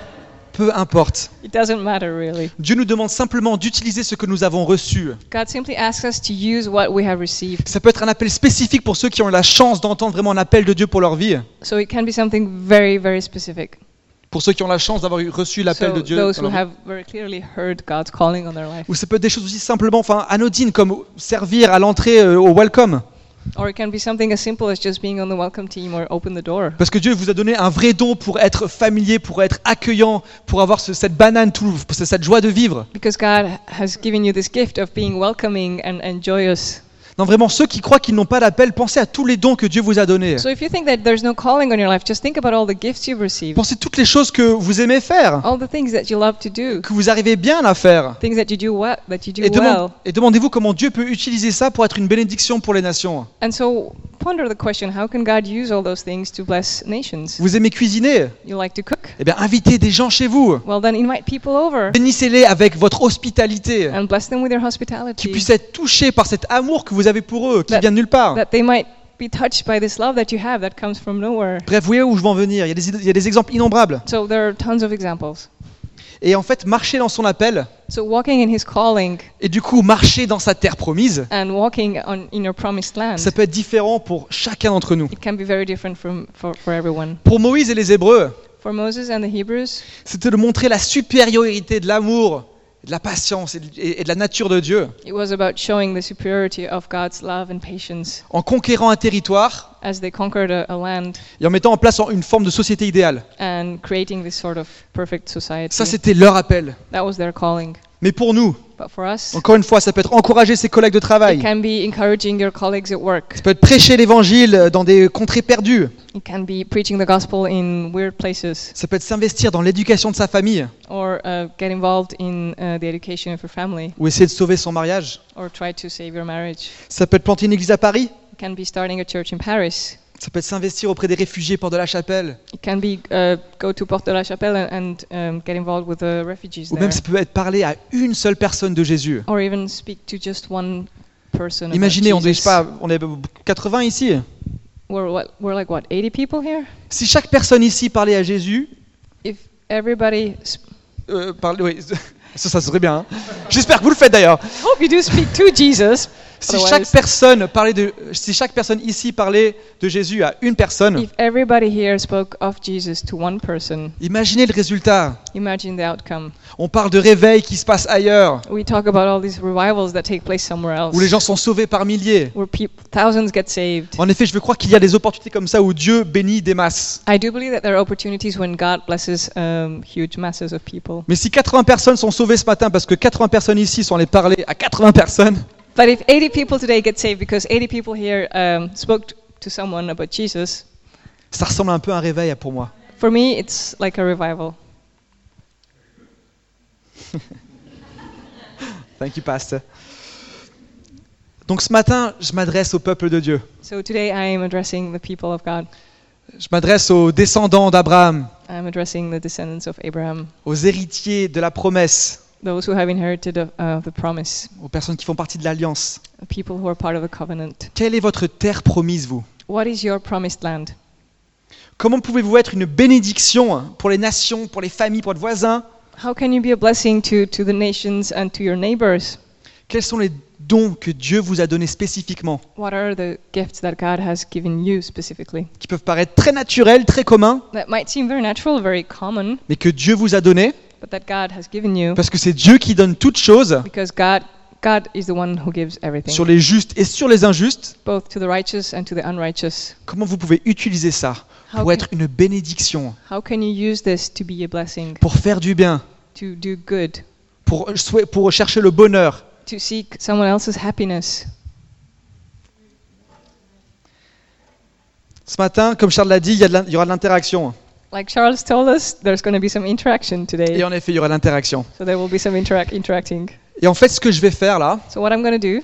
peu importe. It doesn't matter really. Dieu nous demande simplement d'utiliser ce que nous avons reçu. God simply asks us to use what we have received. Ça peut être un appel spécifique pour ceux qui ont la chance d'entendre vraiment un appel de Dieu pour leur vie. So it can be something very, very specific. Pour ceux qui ont la chance d'avoir eu- reçu l'appel So de Dieu. those dans who leur vie. have very clearly heard God's calling on their life. Ou ça peut être des choses aussi simplement, enfin anodines, comme servir à l'entrée euh, au welcome. Or it can be something as simple as just being on the welcome team or open the door. Parce que Dieu vous a donné un vrai don pour être familier, pour être accueillant, pour avoir ce- cette banane, tout, cette joie de vivre. Because God has given you this gift of being welcoming and, and joyous. Non, vraiment, ceux qui croient qu'ils n'ont pas d'appel, pensez à tous les dons que Dieu vous a donnés. So if you think that there's no calling on your life, just think about all the gifts you've received. Pensez toutes les choses que vous aimez faire, All the things that you love to do. que vous arrivez bien à faire. Things that you do well, that you do Et, demande- well. et demandez-vous comment Dieu peut utiliser ça pour être une bénédiction pour les nations. And so ponder the question, how can God use all those things to bless nations? Vous aimez cuisiner? You like to cook? Eh bien, invitez des gens chez vous. Well, then invite people over Bénissez-les avec votre hospitalité. and bless them with your Qu'ils hospitality. puissent être touchés par cet amour que vous avez pour eux, qui That- vient de nulle part. That they might be touched by this love that you have that comes from nowhere. Bref, vous voyez où je veux en venir. Il y a des, il y a des exemples innombrables. So there are tons of examples. Et en fait, marcher dans son appel, So walking in His calling et du coup marcher dans sa terre promise, and walking on, in your promised land, ça peut être différent pour chacun d'entre nous. it can be very different from, for, for everyone. Pour Moïse et les Hébreux, For Moses and the Hebrews, c'était de montrer la supériorité de l'amour, de la patience et de- et et de la nature de Dieu, it was about showing the superiority of God's love and patience en conquérant un territoire as they conquered a, a land et en mettant en place une forme de société idéale. and creating this sort of perfect society. Ça, c'était leur appel. That was their calling. Mais pour nous, But for us, encore une fois, ça peut être encourager ses collègues de it travail. can be encouraging your colleagues at work. Ça peut être prêcher l'évangile dans des contrées perdues. It can be preaching the gospel in weird places, Ça peut être s'investir dans l'éducation de sa famille or uh, get involved in uh, the education of your family, ou essayer de sauver son mariage. or try to save your marriage. Ça peut être planter une église à Paris. It can be starting a church in Paris. Ça peut être s'investir auprès des réfugiés Porte de la Chapelle. It can be uh, go to Porte de la Chapelle and, and um, get involved with the refugees Ou there, même ça peut être parler à une seule personne de Jésus. or even speak to just one person. about Imaginez, on est, je sais Jesus. pas, on est quatre-vingts ici. We're what? We're like what? eighty people here. Si chaque personne ici parlait à Jésus, If everybody, sp- euh, parlait, oui, ça, ça serait bien. hein. J'espère que vous le faites d'ailleurs. hope you do speak to Jesus. Si Otherwise- chaque personne parlait de, si chaque personne ici parlait de Jésus à une personne, If everybody here spoke of Jesus to one person, imaginez le résultat. imagine the outcome. On parle de réveil qui se passe ailleurs, We talk about all these revivals that take place somewhere else, où les gens sont sauvés par milliers. where peop- thousands get saved. En effet, je veux croire qu'il y a des opportunités comme ça où Dieu bénit des masses. I do believe that there are opportunities when God blesses um, huge masses of people. Mais si quatre-vingts personnes sont sauvées ce matin parce que quatre-vingts personnes ici sont allées parler à quatre-vingts personnes, But if eighty people today get saved because eighty people here um, spoke t- to someone about Jesus, ça ressemble un peu à un réveil pour moi. for me it's like a revival. Thank you, Pastor. Donc ce matin, je m'adresse au peuple de Dieu. So today I am addressing the people of God. Je m'adresse aux descendants d'Abraham, I'm addressing the descendants of Abraham, aux héritiers de la promesse, those who have inherited of, uh, the promise, aux personnes qui font partie de l'alliance. the people who are part of the covenant. Quelle est votre terre promise, vous? What is your promised land? Comment pouvez-vous être une bénédiction pour les nations, pour les familles, pour les voisins? How can you be a blessing to, to the nations and to your neighbors? Quels sont les dons que Dieu vous a donnés spécifiquement, What are the gifts that God has given you specifically? qui peuvent paraître très naturels, très communs, That might seem very natural, very common, mais que Dieu vous a donnés, but that God has given you parce que c'est Dieu qui donne toutes choses because God God is the one who gives everything, sur les justes et sur les injustes. both to the righteous and to the unrighteous. Comment vous pouvez utiliser ça How pour can, être une bénédiction, how can you use this to be a blessing, pour faire du bien, to do good, pour, souhait- pour chercher le bonheur? to seek someone else's happiness? Ce matin, comme Charles l'a dit, il y, a de l'in- il y aura de l'interaction. Like Charles told us, there's going to be some interaction Et today. en effet, il y aura de l'interaction. So there will be some interac- interacting. Et en fait, ce que je vais faire là, So what I'm going to do,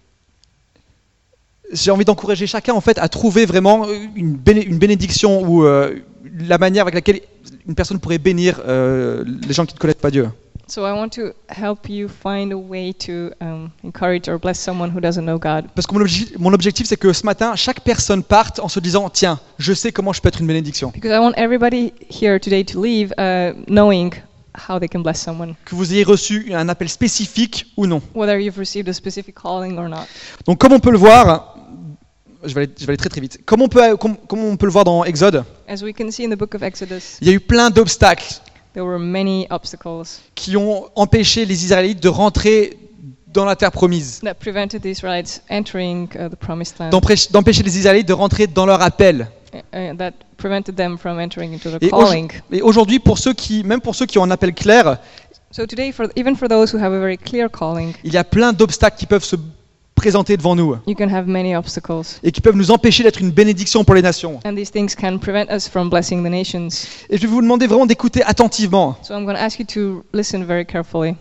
j'ai envie d'encourager chacun en fait à trouver vraiment une, béné- une bénédiction ou euh, la manière avec laquelle une personne pourrait bénir euh, les gens qui ne connaissent pas Dieu. so I want to help you find a way to um, encourage or bless someone who doesn't know God. Parce que mon objectif, mon objectif, c'est que ce matin, chaque personne parte en se disant « Tiens, je sais comment je peux être une bénédiction. Because I want everybody here today to leave uh, knowing how they can bless someone, que vous ayez reçu un appel spécifique ou non. whether you've received a specific calling or not. Donc comme on peut le voir, je vais aller, je vais aller très très vite. Comme on peut, comme, comme on peut le voir dans Exode, As we can see in the book of Exodus, il y a eu plein d'obstacles there were many obstacles qui ont empêché les Israélites de rentrer dans la terre promise, that prevented the Israelites entering uh, the promised land, d'empêcher d'empêcher les Israélites de rentrer dans leur appel. uh, uh, that prevented them from entering into the Et, calling. au- et aujourd'hui, pour ceux qui, même pour ceux qui ont un appel clair, So today, for even for those who have a very clear calling, il y a plein d'obstacles qui peuvent se présenter devant nous you can have many obstacles. et qui peuvent nous empêcher d'être une bénédiction pour les nations. And these things can prevent us from blessing the nations. Et je vais vous demander vraiment d'écouter attentivement So I'm going to ask you to listen very carefully.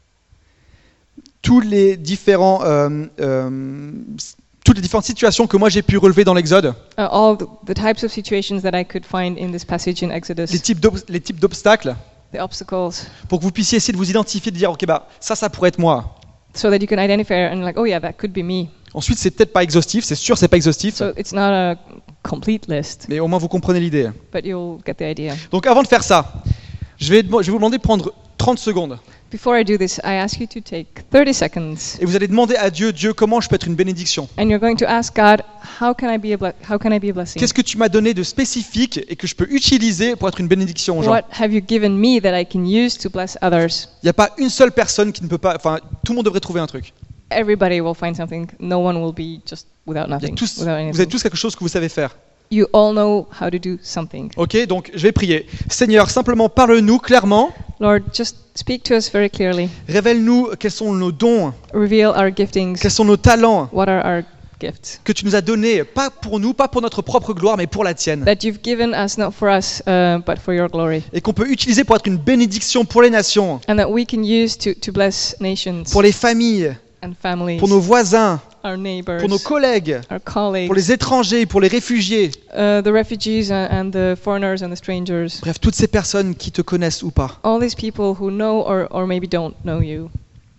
tous les différents, euh, euh, toutes les différentes situations que moi j'ai pu relever dans l'Exode, Uh, all the, the types of situations that I could find in this passage in Exodus, les types d'ob- les types d'obstacles, the obstacles, pour que vous puissiez essayer de vous identifier, de dire ok bah ça ça pourrait être moi. so that you can identify and like, oh yeah, that could be me. Ensuite c'est peut-être pas exhaustif, c'est sûr c'est pas exhaustif, So it's not a complete list, mais au moins vous comprenez l'idée. but you'll get the idea. Donc avant de faire ça, je vais, je vais vous demander de prendre trente secondes Before I do this, I ask you to take thirty seconds, et vous allez demander à Dieu, Dieu comment je peux être une bénédiction. and you're going to ask God, how can I be a ble- how can I be a blessing? Qu'est-ce que tu m'as donné de spécifique et que je peux utiliser pour être une bénédiction aux gens? What have you given me that I can use to bless others? Il n'y a pas une seule personne qui ne peut pas, enfin tout le monde devrait trouver un truc. Everybody will find something. No one will be just without Il y a nothing. tous, without vous anything. avez tous quelque chose que vous savez faire. You all know how to do something. Ok, donc je vais prier. Seigneur, simplement parle-nous clairement, Lord, just speak to us very clearly. révèle-nous quels sont nos dons, Reveal our giftings. quels sont nos talents What are our gifts que tu nous as donnés, pas pour nous, pas pour notre propre gloire, mais pour la tienne. that you've given us, not for us, uh, but for your glory, Et qu'on peut utiliser pour être une bénédiction pour les nations, and that we can use to, to bless nations pour les familles, and families, pour nos voisins, our neighbors, pour nos collègues, our colleagues, pour les étrangers, pour les réfugiés. uh, the refugees and, and the foreigners and the strangers. Bref, toutes ces personnes qui te connaissent ou pas. All these people who know or, or maybe don't know you.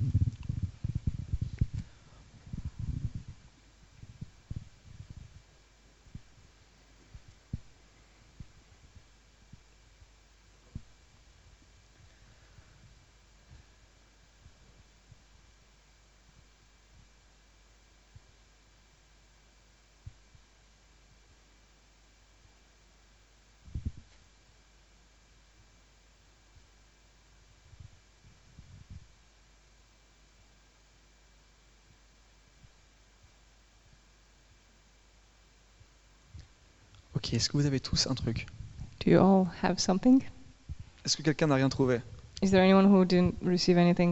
Ok, est-ce que vous avez tous un truc? Do you all have something? Est-ce que quelqu'un n'a rien trouvé? Is there anyone who didn't receive anything?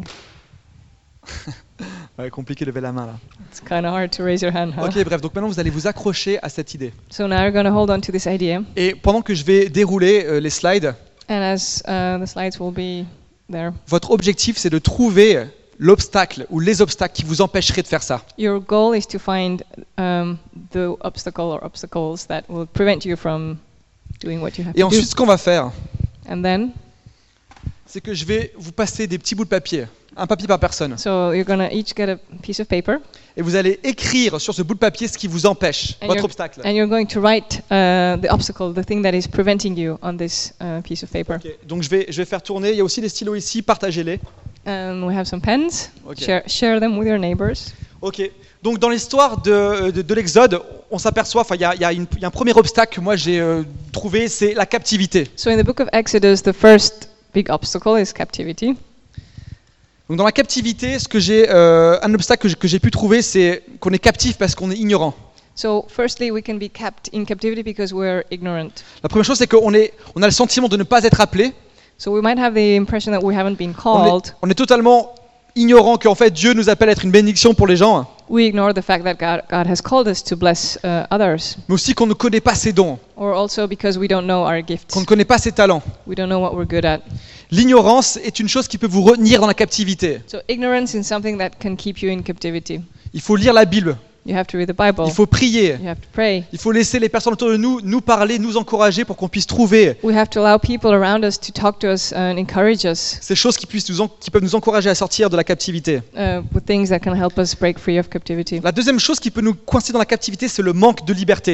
Ouais, compliqué de lever la main là. It's kind of hard to raise your hand, huh? Ok, bref, donc maintenant vous allez vous accrocher à cette idée. So now you're going to hold on to this idea, Et pendant que je vais dérouler euh, les slides, and as uh, the slides will be there, votre objectif c'est de trouver l'obstacle ou les obstacles qui vous empêcheraient de faire ça. your goal is to find um, the obstacle or obstacles that will prevent you from doing what you have Et to ensuite, do. ce qu'on va faire, And then, c'est que je vais vous passer des petits bouts de papier, un papier par personne. so you're going to each get a piece of paper, Et vous allez écrire sur ce bout de papier ce qui vous empêche, And votre you're- obstacle. and you're going to write uh, the obstacle, the thing that is preventing you on this uh, piece of paper. Ok, donc je vais, je vais faire tourner. Il y a aussi des stylos ici, partagez-les. And we have some pens. Ok. Share, share them with your neighbors. Ok. Donc dans l'histoire de, de, de l'Exode, on s'aperçoit, enfin il y a, il y a une- il y a un premier obstacle que moi j'ai euh, trouvé, c'est la captivité. So in the book of Exodus, the first big obstacle is captivity. Donc dans la captivité, ce que j'ai, euh, un obstacle que j'ai- que j'ai pu trouver, c'est qu'on est captif parce qu'on est ignorant. So firstly, we can be kept in captivity because we're ignorant. La première chose, c'est qu'on est, on a le sentiment de ne pas être appelé. So we might have the impression that we haven't been On called. est, on est totalement ignorant qu'en fait Dieu nous appelle à être une bénédiction pour les gens, We ignore the fact that God, God has called us to bless uh, others. mais aussi qu'on ne connaît pas ses dons, Or also because we don't know our gifts. qu'on ne connaît pas ses talents. We don't know what we're good at. L'ignorance est une chose qui peut vous retenir dans la captivité. So ignorance is something that can keep you in captivity. Il faut lire la Bible, You have to read the Bible. il faut prier, You have to pray. il faut laisser les personnes autour de nous nous parler, nous encourager pour qu'on puisse trouver We have to allow people around us to talk to us and encourage us ces choses qui, puissent nous en- qui peuvent nous encourager à sortir de la captivité. uh, with things that can help us break free of captivity. La deuxième chose qui peut nous coincer dans la captivité, c'est le manque de liberté.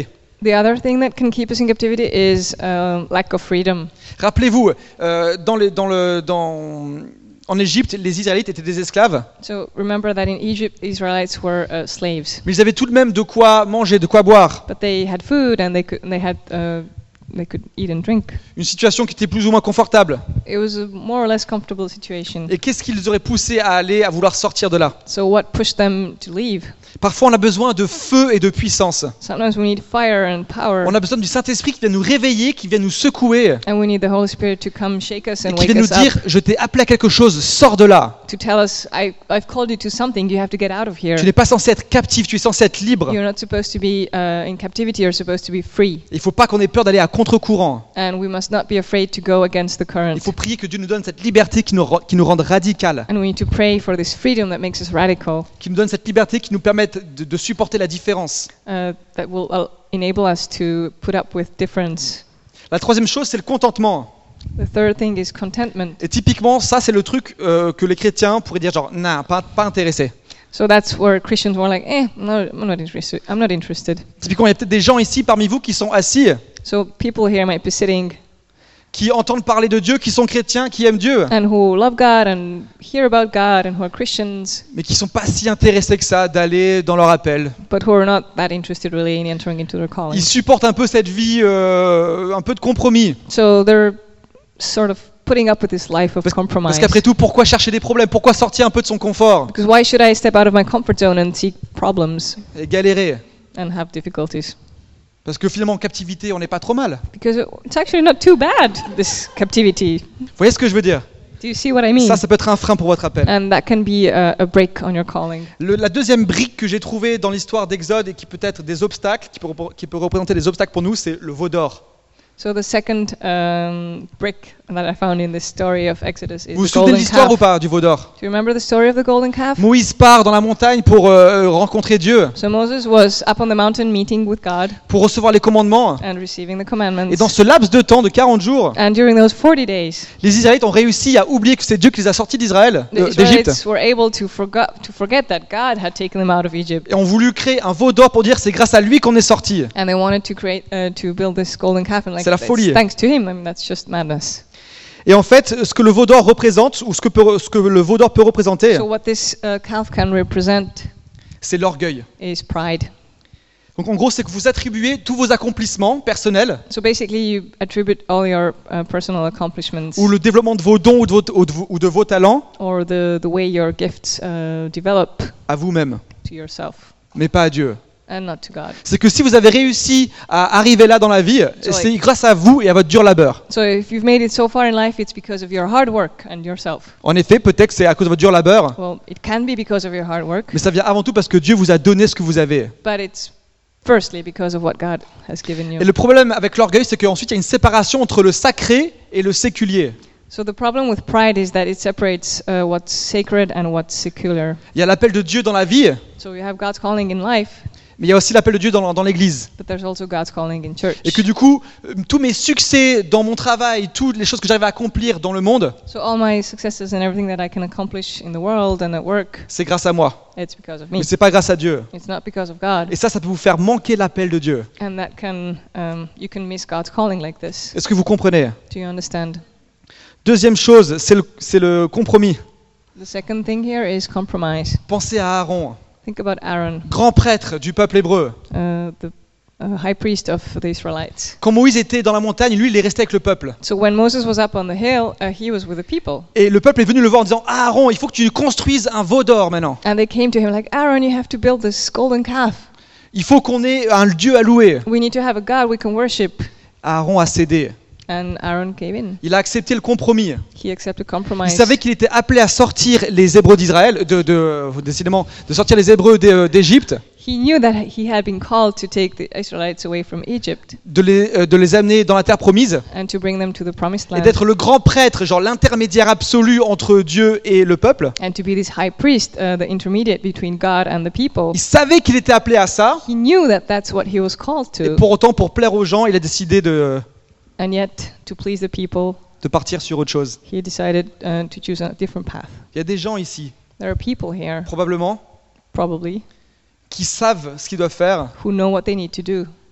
The other thing that can keep us in captivity is um, lack of freedom. Rappelez-vous, euh, dans les, dans le, dans, en Égypte, les Israélites étaient des esclaves, So remember that in Egypt, Israelites were uh, slaves, mais ils avaient tout de même de quoi manger, de quoi boire. but they had food and they could they had uh, they could eat and drink. Une situation qui était plus ou moins confortable. It was a more or less comfortable situation. Et qu'est-ce qui les aurait poussés à aller, à vouloir sortir de là? So what pushed them to leave? Parfois, on a besoin de feu et de puissance. Sometimes we need fire and power, On a besoin du Saint-Esprit qui vient nous réveiller, qui vient nous secouer, and we need the Holy Spirit to come shake us et and qui wake vient nous us up, dire, je t'ai appelé à quelque chose, sors de là. to tell us, I, I've called you to something, you have to get out of here. Tu n'es pas censé être captif, tu es censé être libre. You're not supposed to be uh, in captivity, you're supposed to be free. Il ne faut pas qu'on ait peur d'aller à contre-courant. And we must not be afraid to go against the current. Il faut prier que Dieu nous donne cette liberté qui nous, ro- qui nous rende radicales, And we need to pray for this freedom that makes us radical, qui nous donne cette liberté qui nous permette de, de supporter la différence. uh, that will uh, enable us to put up with difference. La troisième chose, c'est le contentement. The third thing is contentment. Et typiquement, ça, c'est le truc euh, que les chrétiens pourraient dire genre, non, pas, pas intéressé. So that's where Christians were like, eh, no, I'm not interested. I'm not interested. Typiquement, il y a peut-être des gens ici parmi vous qui sont assis, So people here might be sitting qui entendent parler de Dieu, qui sont chrétiens, qui aiment Dieu, and who love God and hear about God and who are Christians, mais qui sont pas si intéressés que ça d'aller dans leur appel. but who are not that interested really in entering into their calling. Ils supportent un peu cette vie, euh, un peu de compromis. So they're sort of putting up with this life of Parce, compromise. parce qu'après tout, pourquoi chercher des problèmes? Pourquoi sortir un peu de son confort Because why should I step out of my comfort zone and seek problems et galérer? and have difficulties? Parce que finalement, en captivité, on n'est pas trop mal. Because it- it's actually not too bad, this captivity. Vous voyez ce que je veux dire? Do you see what I mean? Ça, ça peut être un frein pour votre appel. And that can be a, a break on your calling. Le- la deuxième brique que j'ai trouvée dans l'histoire d'Exode et qui peut être des obstacles, qui peut, repr- qui peut représenter des obstacles pour nous, c'est le veau d'or. So the second um, brick that I found in this story of Exodus is Vous vous the souvenez de golden l'histoire calf. ou pas du veau d'or? Do you remember the story of the golden calf? Moïse part dans la montagne pour euh, rencontrer Dieu, So Moses was up on the mountain meeting with God pour recevoir les commandements. and receiving the commandments. Et dans ce laps de temps de quarante jours, And during those forty days, les Israélites ont réussi à oublier que c'est Dieu qui les a sortis d'Israël, the euh, d'Égypte, Israelites were able to, forgo- to forget that God had taken them out of Egypt. et ont voulu créer un veau d'or pour dire c'est grâce à lui qu'on est sorti. And they wanted to create, uh, to build this golden calf, and like C'est la "It's folie." thanks to him. I mean, that's just madness. Et en fait, ce que le veau d'or représente, ou ce que, peut- ce que le veau d'or peut représenter, So what this uh, calf can represent c'est l'orgueil. is pride. Donc en gros, c'est que vous attribuez tous vos accomplissements personnels, So basically, you attribute all your uh, personal accomplishments ou le développement de vos dons ou de vos, ou de vos- ou de vos talents, or the, the way your gifts uh, develop à vous-même, to yourself mais pas à Dieu. and not to God. C'est que si vous avez réussi à arriver là dans la vie, So, c'est like- grâce à vous et à votre dur labeur. So if you've made it so far in life, it's because of your hard work and yourself. En effet, peut-être que c'est à cause de votre dur labeur, Well, it can be because of your hard work, mais ça vient avant tout parce que Dieu vous a donné ce que vous avez. but it's firstly because of what God has given you. Et le problème avec l'orgueil, c'est qu'ensuite il y a une séparation entre le sacré et le séculier. So the problem with pride is that it separates uh, what's sacred and what's secular. Il y a l'appel de Dieu dans la vie, So you have God's calling in life, mais il y a aussi l'appel de Dieu dans, dans l'Église. but there's also God's calling in church. Et que du coup, euh, tous mes succès dans mon travail, toutes les choses que j'arrive à accomplir dans le monde, So all my successes and everything that I can accomplish in the world and at work, c'est grâce à moi. it's because of me. Mais c'est pas grâce à Dieu. It's not because of God. Et ça, ça peut vous faire manquer l'appel de Dieu. And that can, um, you can miss God's calling like this. Est-ce que vous comprenez? Do you understand? Deuxième chose, c'est le, c'est le compromis. The second thing here is compromise. Pensez à Aaron, Think about Aaron, grand prêtre du peuple hébreu. uh, the uh, high priest of the Israelites. Quand Moïse était dans la montagne, lui, il est resté avec le peuple. So when Moses was up on the hill, uh, he was with the people. Et le peuple est venu le voir en disant, ah, Aaron, il faut que tu construises un veau d'or maintenant. And they came to him like, Aaron, you have to build this golden calf. Il faut qu'on ait un Dieu à louer. We need to have a God we can worship. Aaron a cédé. And Aaron gave in. Il a accepté le compromis. He accepted Il compromise. savait qu'il était appelé à sortir les Hébreux d'Israël, de, de, décidément, de sortir les Hébreux d'É- d'Égypte, He knew that he had been called to take the Israelites away from Egypt de les, euh, de les amener dans la terre promise, and to bring them to the promised et land. d'être le grand prêtre, genre l'intermédiaire absolu entre Dieu et le peuple. And to be this high priest, uh, the intermediate between God and the people. Il savait qu'il était appelé à ça, He knew that that's what he was called et to. pour autant, pour plaire aux gens, il a décidé de, And yet, to please the people, de partir sur autre chose. he decided uh, to choose a different path. Il y a des gens ici, There are people here, probablement, probably, qui savent ce qu'ils doivent faire, who know what they need to do,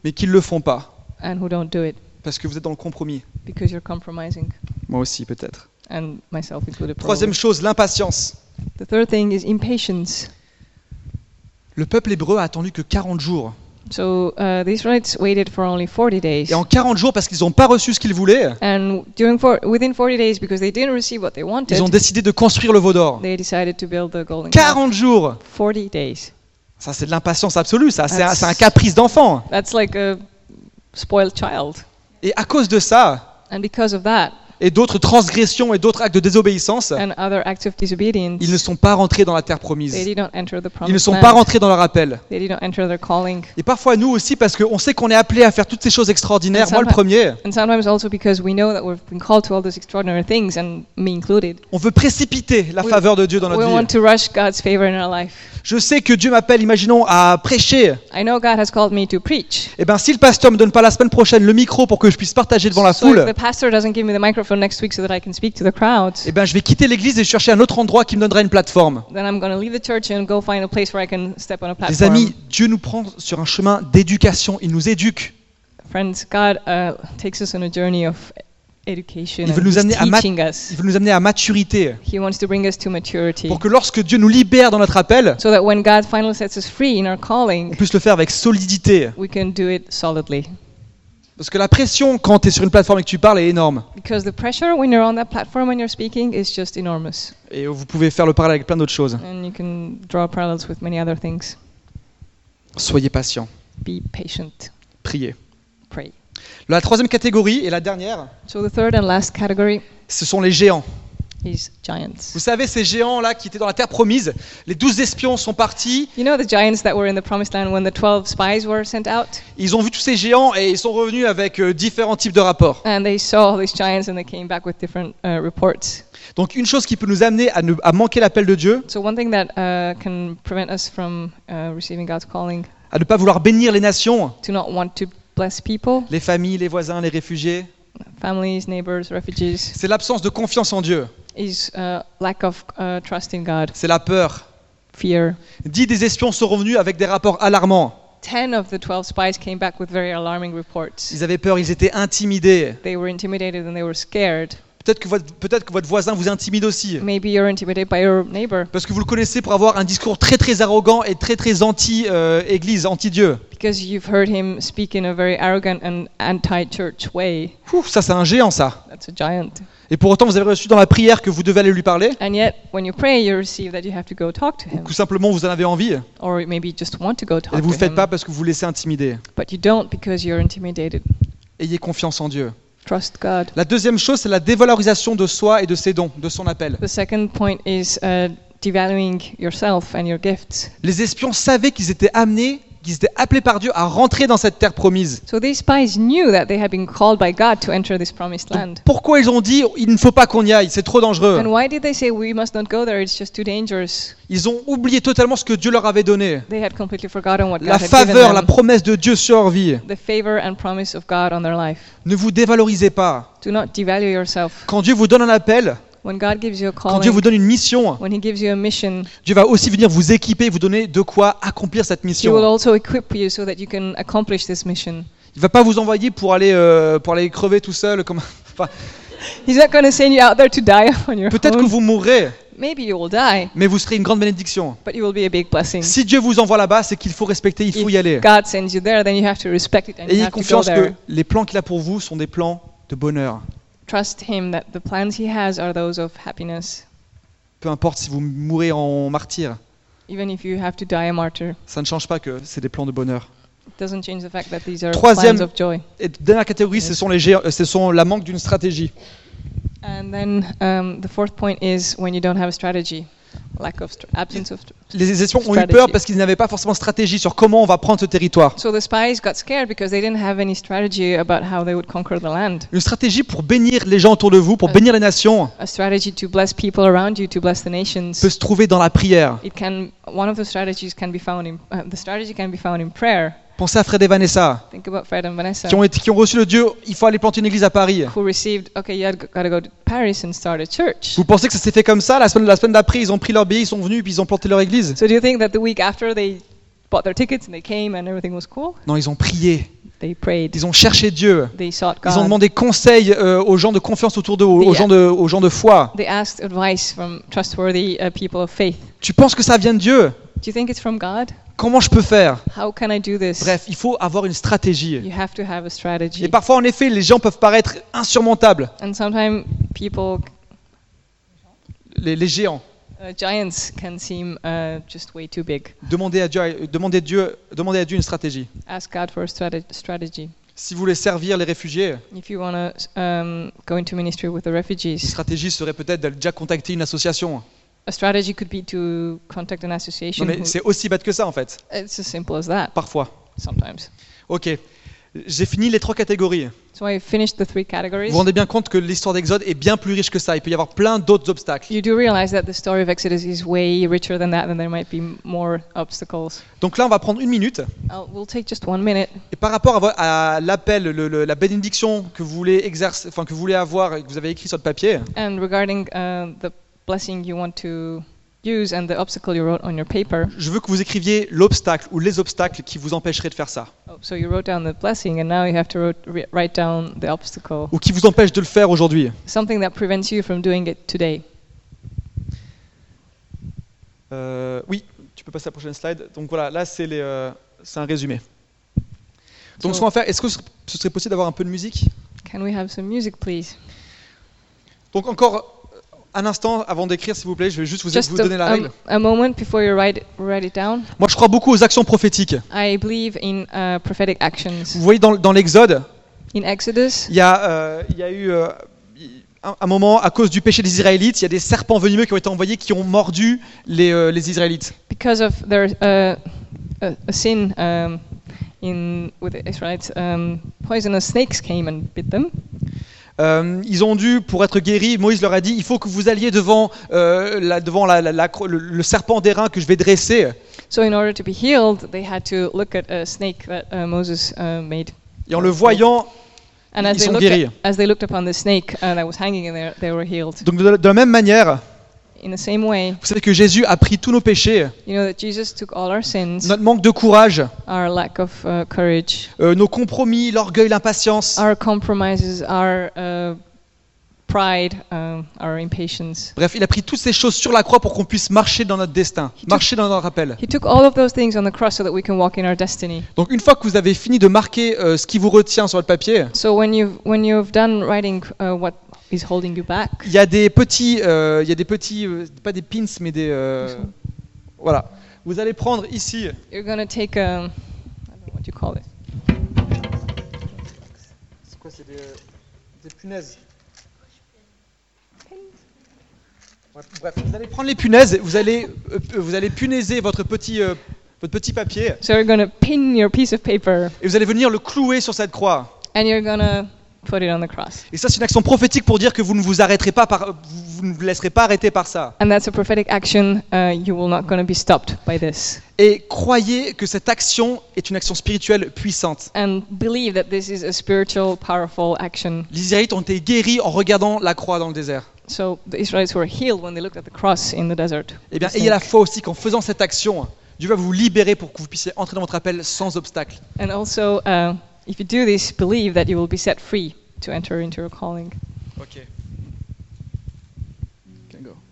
mais qui ne le font pas, and who don't do it parce que vous êtes dans le compromis. because you're compromising, Moi aussi, peut-être. and myself included. Troisième Probably. chose, l'impatience. The third thing is impatience. Le peuple hébreu a attendu que quarante jours. So uh, the Israelites waited for only forty days. Et en quarante jours, parce qu'ils n'ont pas reçu ce qu'ils voulaient, And during for, within forty days, because they didn't receive what they wanted, ils ont décidé de construire le veau d'or. they decided to build the golden calf. quarante jours. forty days. Ça, c'est de l'impatience absolue, ça. C'est un, That's- c'est un caprice d'enfant. That's like a spoiled child. Et à cause de ça, And because of that, et d'autres transgressions et d'autres actes de désobéissance, and other acts of disobedience, ils ne sont pas rentrés dans la terre they promise. did not enter the promised Ils ne sont land. pas rentrés dans leur appel. They did not enter their calling. Et parfois nous aussi, parce qu'on sait qu'on est appelé à faire toutes ces choses extraordinaires, And moi le sometimes- premier, And sometimes also because we know that we've been called to all those extraordinary things, and me included. on veut précipiter la We- faveur de Dieu dans We notre want vie. to rush God's favor in our life. Je sais que Dieu m'appelle, imaginons, à prêcher. I know God has called me to preach. Et bien si le pasteur me donne pas la semaine prochaine le micro pour que je puisse partager devant la So if foule, the pastor doesn't give me the microphone next week so that I can speak to the crowd, eh ben je vais quitter l'église et chercher un autre endroit qui me donnera une plateforme. then I'm going to leave the church and go find a place where I can step on a Les platform. amis, Dieu nous prend sur un chemin d'éducation, il nous éduque. Friends, God uh, takes us on a journey of education. Il veut and nous He's amener à mat- teaching us. Il veut nous amener à maturité He wants to bring us to maturity, pour que lorsque Dieu nous libère dans notre appel, so that when God finally sets us free in our on calling, puisse le faire avec solidité. we can do it solidly. Parce que la pression quand tu es sur une plateforme et que tu parles est énorme. Because the pressure when you're on that platform when you're speaking is just enormous, Et vous pouvez faire le parallèle avec plein d'autres choses. and you can draw parallels with many other things. Soyez patients, Be patient, priez. pray. La troisième catégorie et la dernière, So the third and last category ce sont les géants. is giants. Vous savez, ces géants-là qui étaient dans la terre promise, les douze espions sont partis, You know the giants that were in the promised land when the twelve spies were sent out? ils ont vu tous ces géants et ils sont revenus avec euh, différents types de rapports. And they saw all these giants and they came back with different uh, reports. Donc une chose qui peut nous amener à, ne- à manquer l'appel de Dieu, So one thing that uh, can prevent us from uh, receiving God's calling, à ne pas vouloir bénir les nations, to not want to bless people, les familles, les voisins, les réfugiés, families, neighbors, refugees, c'est l'absence de confiance en Dieu, is uh, lack of uh, trust in God, c'est la peur. fear. Dix des espions sont revenus avec des rapports alarmants. Ten of the twelve spies came back with very alarming reports. Ils avaient peur, ils étaient intimidés. They were intimidated and they were scared. Peut-être que, votre, peut-être que votre voisin vous intimide aussi. Maybe you're intimidated by your neighbor Parce que vous le connaissez pour avoir un discours très très arrogant et très très anti-église, anti-Dieu. because you've heard him speak in a very arrogant and anti-church way. Ouf, ça c'est un géant ça. That's a giant. Et pour autant vous avez reçu dans la prière que vous devez aller lui parler. And yet, when you pray, you receive that you have to go talk to him. Ou simplement vous en avez envie. Or maybe you just want to go Et talk vous ne le to faites him. pas parce que vous vous laissez intimider. But you don't because you're intimidated. Ayez confiance en Dieu. Trust God. La deuxième chose, c'est la dévalorisation de soi et de ses dons, de son appel. The second point is uh, devaluing yourself and your gifts. Les espions savaient qu'ils étaient amenés, qu'ils étaient appelés par Dieu à rentrer dans cette terre promise. So these spies knew that they had been called by God to enter this promised land. Pourquoi ils ont dit il ne faut pas qu'on y aille, c'est trop dangereux. And why did they say we must not go there? It's just too dangerous. Ils ont oublié totalement ce que Dieu leur avait donné. They had completely forgotten what La God had given faveur, la them. promesse de Dieu sur leur vie. The favor and promise of God on their life. Ne vous dévalorisez pas. Do not devalue yourself. Quand Dieu vous donne un appel, When God gives you a quand Dieu vous calling, donne une mission, when He gives you a mission, Dieu va aussi venir vous équiper, vous donner de quoi accomplir cette He will mission. also equip you so that you can accomplish this mission. Il va pas vous envoyer pour aller euh, pour aller crever tout seul. Comme... Enfin, He's not going to send you out there to die on your peut-être que own. vous mourrez, Maybe you will die, mais vous serez une grande bénédiction. but you will be a big blessing. Si Dieu vous envoie là-bas, c'est qu'il faut respecter, il faut y aller. If God sends you there, then you have to respect it and you Ayez have to go confiance there. que les plans qu'il a pour vous sont des plans de bonheur. Trust Him that the plans He has are those of happiness, Peu importe si vous mourrez en martyr, even if you have to die a martyr. ça ne change pas que c'est des plans de bonheur. It doesn't change the fact that these are Troisième- plans of joy. Et dernière catégorie, ce sont les géants, euh, ce sont la manque d'une stratégie. And then um, the fourth point is when you don't have a strategy, lack of st- absence of. St- Les espions ont eu Stratégie. peur parce qu'ils n'avaient pas forcément de stratégie sur comment on va prendre ce territoire. so the spies got scared because they didn't have any strategy about how they would conquer the land. Une stratégie pour bénir les gens autour de vous, pour Ouais. bénir les nations, A strategy to bless people around you, to bless the nations. peut se trouver dans la prière. It can. One of the strategies can be found in. Uh, the strategy can be found in prayer. Pensez à Fred et Vanessa, Think about Fred and Vanessa, qui ont, été, qui ont reçu le Dieu, il faut aller planter une église à Paris. who received. Okay, you got to go to Paris and start a church. Vous pensez que ça s'est fait comme ça? La semaine, la semaine d'après, ils ont pris leur billet, ils sont venus, puis ils ont planté leur église? So do you think that the week after they bought their tickets and they came and everything was cool? Non, ils ont prié. They prayed. Ils ont cherché Dieu. They sought Ils ont God. demandé conseil euh, aux gens de confiance autour d'eux, aux, aux They- gens de, aux gens de foi. They asked advice from trustworthy uh, people of faith. Tu penses que ça vient de Dieu? Do you think it's from God? Comment je peux faire? How can I do this? Bref, il faut avoir une stratégie. You have to have a strategy. Et parfois, en effet, les gens peuvent paraître insurmontables, And sometimes people, les, les géants. uh, giants can seem uh, just way too big. Demandez à Dieu, demandez Dieu, demandez à Dieu une stratégie. Ask God for a strate- strategy. Si vous voulez servir les réfugiés, If you want to um, go into ministry with the une refugees, stratégie serait peut-être de déjà contacter une association. a strategy could be to contact an association. Non, mais who- c'est aussi bête que ça, en fait, it's as simple as that, parfois. sometimes. Ok, j'ai fini les trois catégories. So I finished the three categories. Vous vous rendez bien compte que l'histoire d'Exode est bien plus riche que ça. Il peut y avoir plein d'autres obstacles. You do realize that the story of Exodus is way richer than that, and there might be m- more obstacles. Donc là, on va prendre une minute. I'll, we'll take just one minute. Et par rapport à, vo- à l'appel, le- le- la bénédiction que vous voulez exercer, enfin que vous voulez avoir et que vous avez écrit sur le papier, And regarding uh, the blessing you want to use and the obstacle you wrote on your paper, je veux que vous écriviez l'obstacle ou les obstacles qui vous empêcheraient de faire ça, oh, so you wrote down the blessing, and now you have to wrote, re- write down the obstacle, ou qui vous empêchent de le faire aujourd'hui. something that prevents you from doing it today. Euh, oui, tu peux passer à la prochaine slide. Donc voilà, là c'est les, euh, c'est un résumé. Donc So- ce qu'on va faire, est-ce que ce ce serait possible d'avoir un peu de musique? Can we have some music, please? Donc encore un instant avant d'écrire, s'il vous plaît, je vais juste vous, Just vous donner la a, règle. um, a moment before you write, write it down. Moi je crois beaucoup aux actions prophétiques. I believe in uh, prophetic actions. Vous voyez dans, dans l'Exode, In Exodus, il y a, euh, il y a eu euh, un, un moment, à cause du péché des Israélites, il y a des serpents venimeux qui ont été envoyés, qui ont mordu les, euh, les Israélites. because of their uh, a, a sin um, in with the Israelites, um, poisonous snakes came and bit them. Euh, ils ont dû, pour être guéris, Moïse leur a dit, il faut que vous alliez devant, euh, la, devant la, la- la- le, le serpent d'airain que je vais dresser. So in order to be healed, they had to look at a snake that uh, Moses uh, made. Et en le voyant, And as ils they, sont looked guéris. at, as they looked upon the snake uh, that was hanging in there, they were healed. Donc de, de la même manière, In the same way, vous savez que Jésus a pris tous nos péchés, you know that Jesus took all our sins, notre manque de courage, our lack of uh, courage, euh, nos compromis, l'orgueil, l'impatience. our compromises, our uh, pride, um, our impatience. Bref, il a pris toutes ces choses sur la croix pour qu'on puisse marcher dans notre destin, took- marcher dans notre appel. He took all of those things on the cross so that we can walk in our destiny. Donc une fois que vous avez fini de marquer euh, ce qui vous retient sur le papier, So when you've when you've done writing uh, what is holding you back, il y a des petits, euh, il y a des petits, euh, pas des pins, mais des, euh, voilà. Vous allez prendre ici. you're gonna take a, I don't know what you call it. C'est quoi, c'est des, des punaises. Ouais, bref, vous allez prendre les punaises, vous allez, euh, vous allez punaiser votre petit, euh, votre petit papier, So you're gonna pin your piece of paper et vous allez venir le clouer sur cette croix. and you're gonna put it on the cross. Et ça, c'est une action prophétique pour dire que vous ne vous arrêterez pas par, vous, vous ne vous laisserez pas arrêter par ça. And that's a prophetic action. Uh, you will not gonna be stopped by this. Et croyez que cette action est une action spirituelle puissante. And believe that this is a spiritual, powerful action. Les Israélites ont été guéris en regardant la croix dans le désert. So the Israelites were healed when they looked at the cross in the desert. Eh bien, The ayez la snake. foi aussi qu'en faisant cette action, Dieu va vous libérer pour que vous puissiez entrer dans votre appel sans obstacle. And also, uh, if you do this, believe that you will be set free to enter into your calling. Ok. Can go.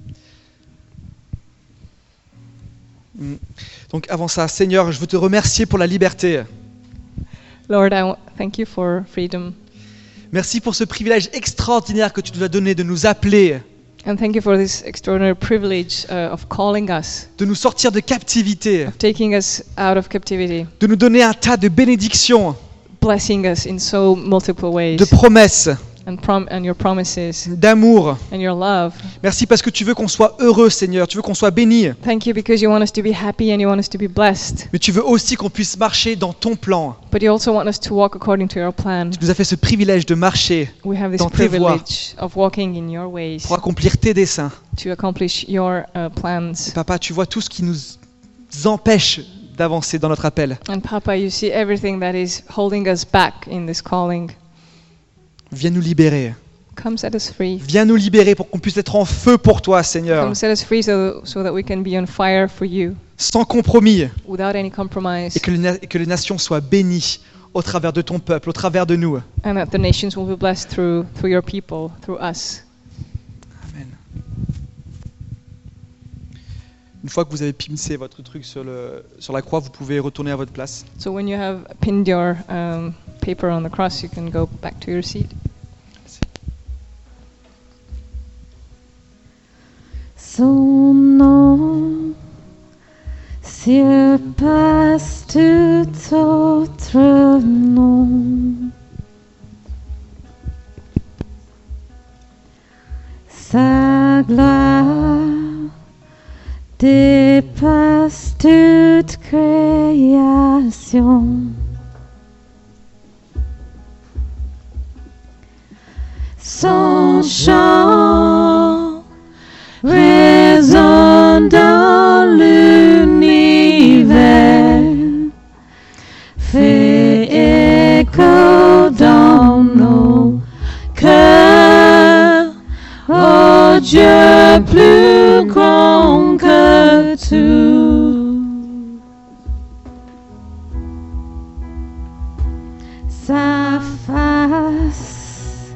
Mm. Donc avant ça, Seigneur, je veux te remercier pour la liberté. Lord, I w- thank you for freedom. Merci pour ce privilège extraordinaire que tu nous as donné de nous appeler, And thank you for this extraordinary privilege uh, of calling us, de nous sortir de captivité, of taking us out of captivity, de nous donner un tas de bénédictions, blessing us in so multiple ways, de promesses, and, prom- and your promises, d'amour. and your love. Merci parce que tu veux qu'on soit heureux, Seigneur, tu veux qu'on soit béni, Thank you because you want us to be happy and you want us to be blessed. mais tu veux aussi qu'on puisse marcher dans ton plan. But you also want us to walk according to your plan. Tu nous as fait ce privilège de marcher We have this dans tes voies. privilege of walking in your ways pour accomplir tes desseins. to accomplish your uh, plans. Papa, tu vois tout ce qui nous empêche d'avancer dans notre appel. And Papa, you see everything that is holding us back in this calling. Viens nous libérer. Come set us free. Viens nous libérer pour qu'on puisse être en feu pour toi, Seigneur, Come set us free so, so that we can be on fire for you sans compromis, without any compromise, et que les, na- et que les nations soient bénies au travers de ton peuple, au travers de nous. and that the nations will be blessed through through your people, through us. Amen. Une fois que vous avez pincé votre truc sur, le, sur la croix, vous pouvez retourner à votre place. So when you have pinned your um, paper on the cross, you can go back to your seat. Son nom surpasse tout autre nom. Sa gloire dépasse toute création. Son chant résonne dans l'univers, fait écho dans nos cœurs. Oh Dieu plus grand que tout, sa face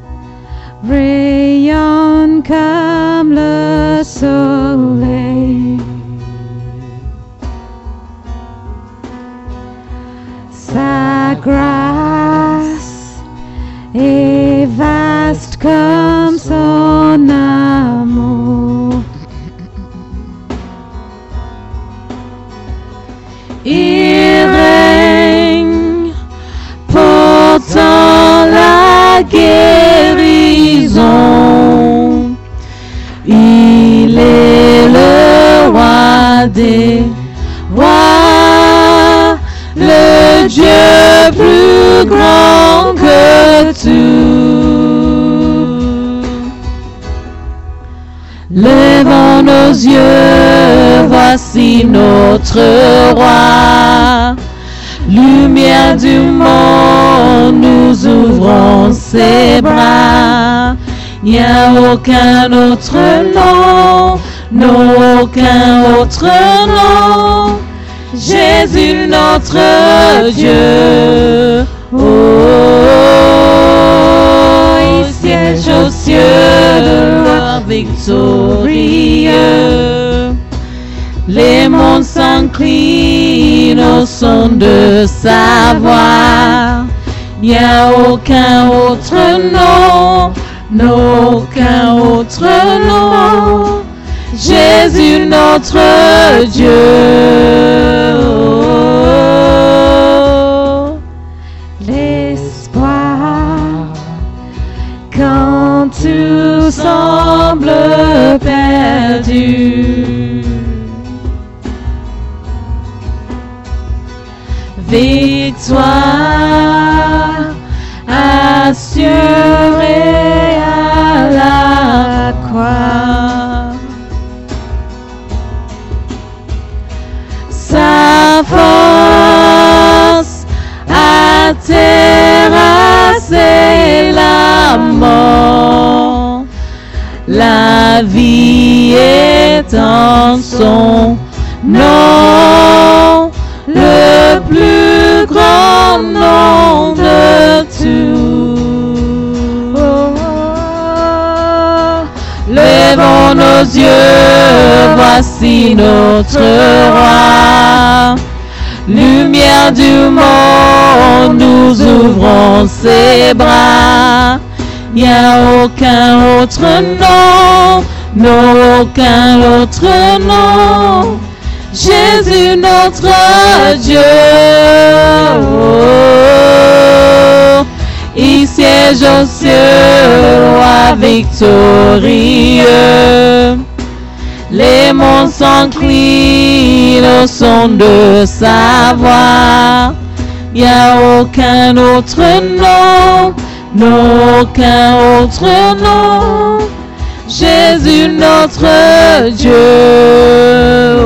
rayonne comme le soleil. Sa grâce est vaste comme son amour. Il règne portant la guérison. Il est le roi des rois, le Dieu plus grand que tout. Levons nos yeux, voici notre roi. Lumière du monde, nous ouvrons ses bras. Il n'y a aucun autre nom, non aucun autre nom. Jésus notre Dieu, oh, il siège aux cieux de gloire victorieux. Les mondes s'inclinent au son de sa voix. Il n'y a aucun autre nom, non aucun autre nom. Jésus notre Dieu, oh, l'espoir quand tout semble perdu. Victoire assurée à la croix. Sa force a terrassé la mort. La vie est en son nom, le plus grand nom de tout. Levons nos yeux, voici notre roi. Lumière du monde, nous ouvrons ses bras. Il n'y a aucun autre nom, non aucun autre nom. Jésus notre Dieu, oh, il siège aux cieux, roi victorieux. Les mondes s'inclinent au son de sa voix. Il n'y a aucun autre nom, non aucun autre nom. Jésus notre Dieu,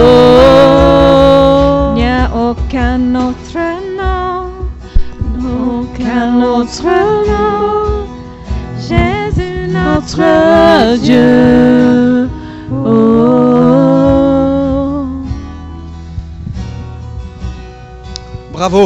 oh, il n'y a aucun autre nom, aucun autre nom. Jésus notre Dieu. Oh. Bravo.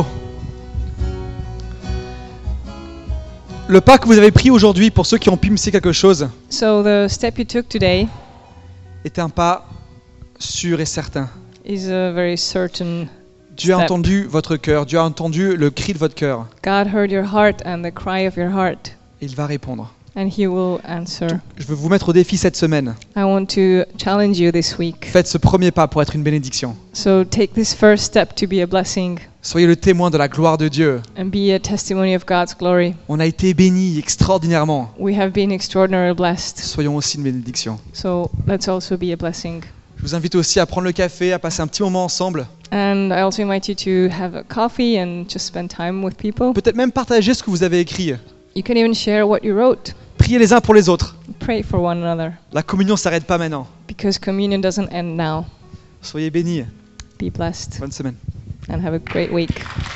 Le pas que vous avez pris aujourd'hui, pour ceux qui ont pu me dire quelque chose, So the step you took today est un pas sûr et certain. is a very certain. Dieu a Step. entendu votre cœur, Dieu a entendu le cri de votre cœur. God heard your heart and the cry of your heart, Et il va répondre. and He will answer. Je veux vous mettre au défi cette semaine. I want to challenge you this week. Faites ce premier pas pour être une bénédiction. So take this first step to be a blessing Soyez le témoin de la gloire de Dieu. and be a testimony of God's glory. On a été bénis extraordinairement. We have been extraordinarily blessed, Soyons aussi une bénédiction. so let's also be a blessing. Je vous invite aussi à prendre le café, à passer un petit moment ensemble. And I also invite you to have a coffee and just spend time with people. Peut-être même partager ce que vous avez écrit. You can even share what you wrote. Priez les uns pour les autres. Pray for one another, La communion ne s'arrête pas maintenant. because communion doesn't end now. Soyez bénis. Be blessed Bonne semaine. and have a great week.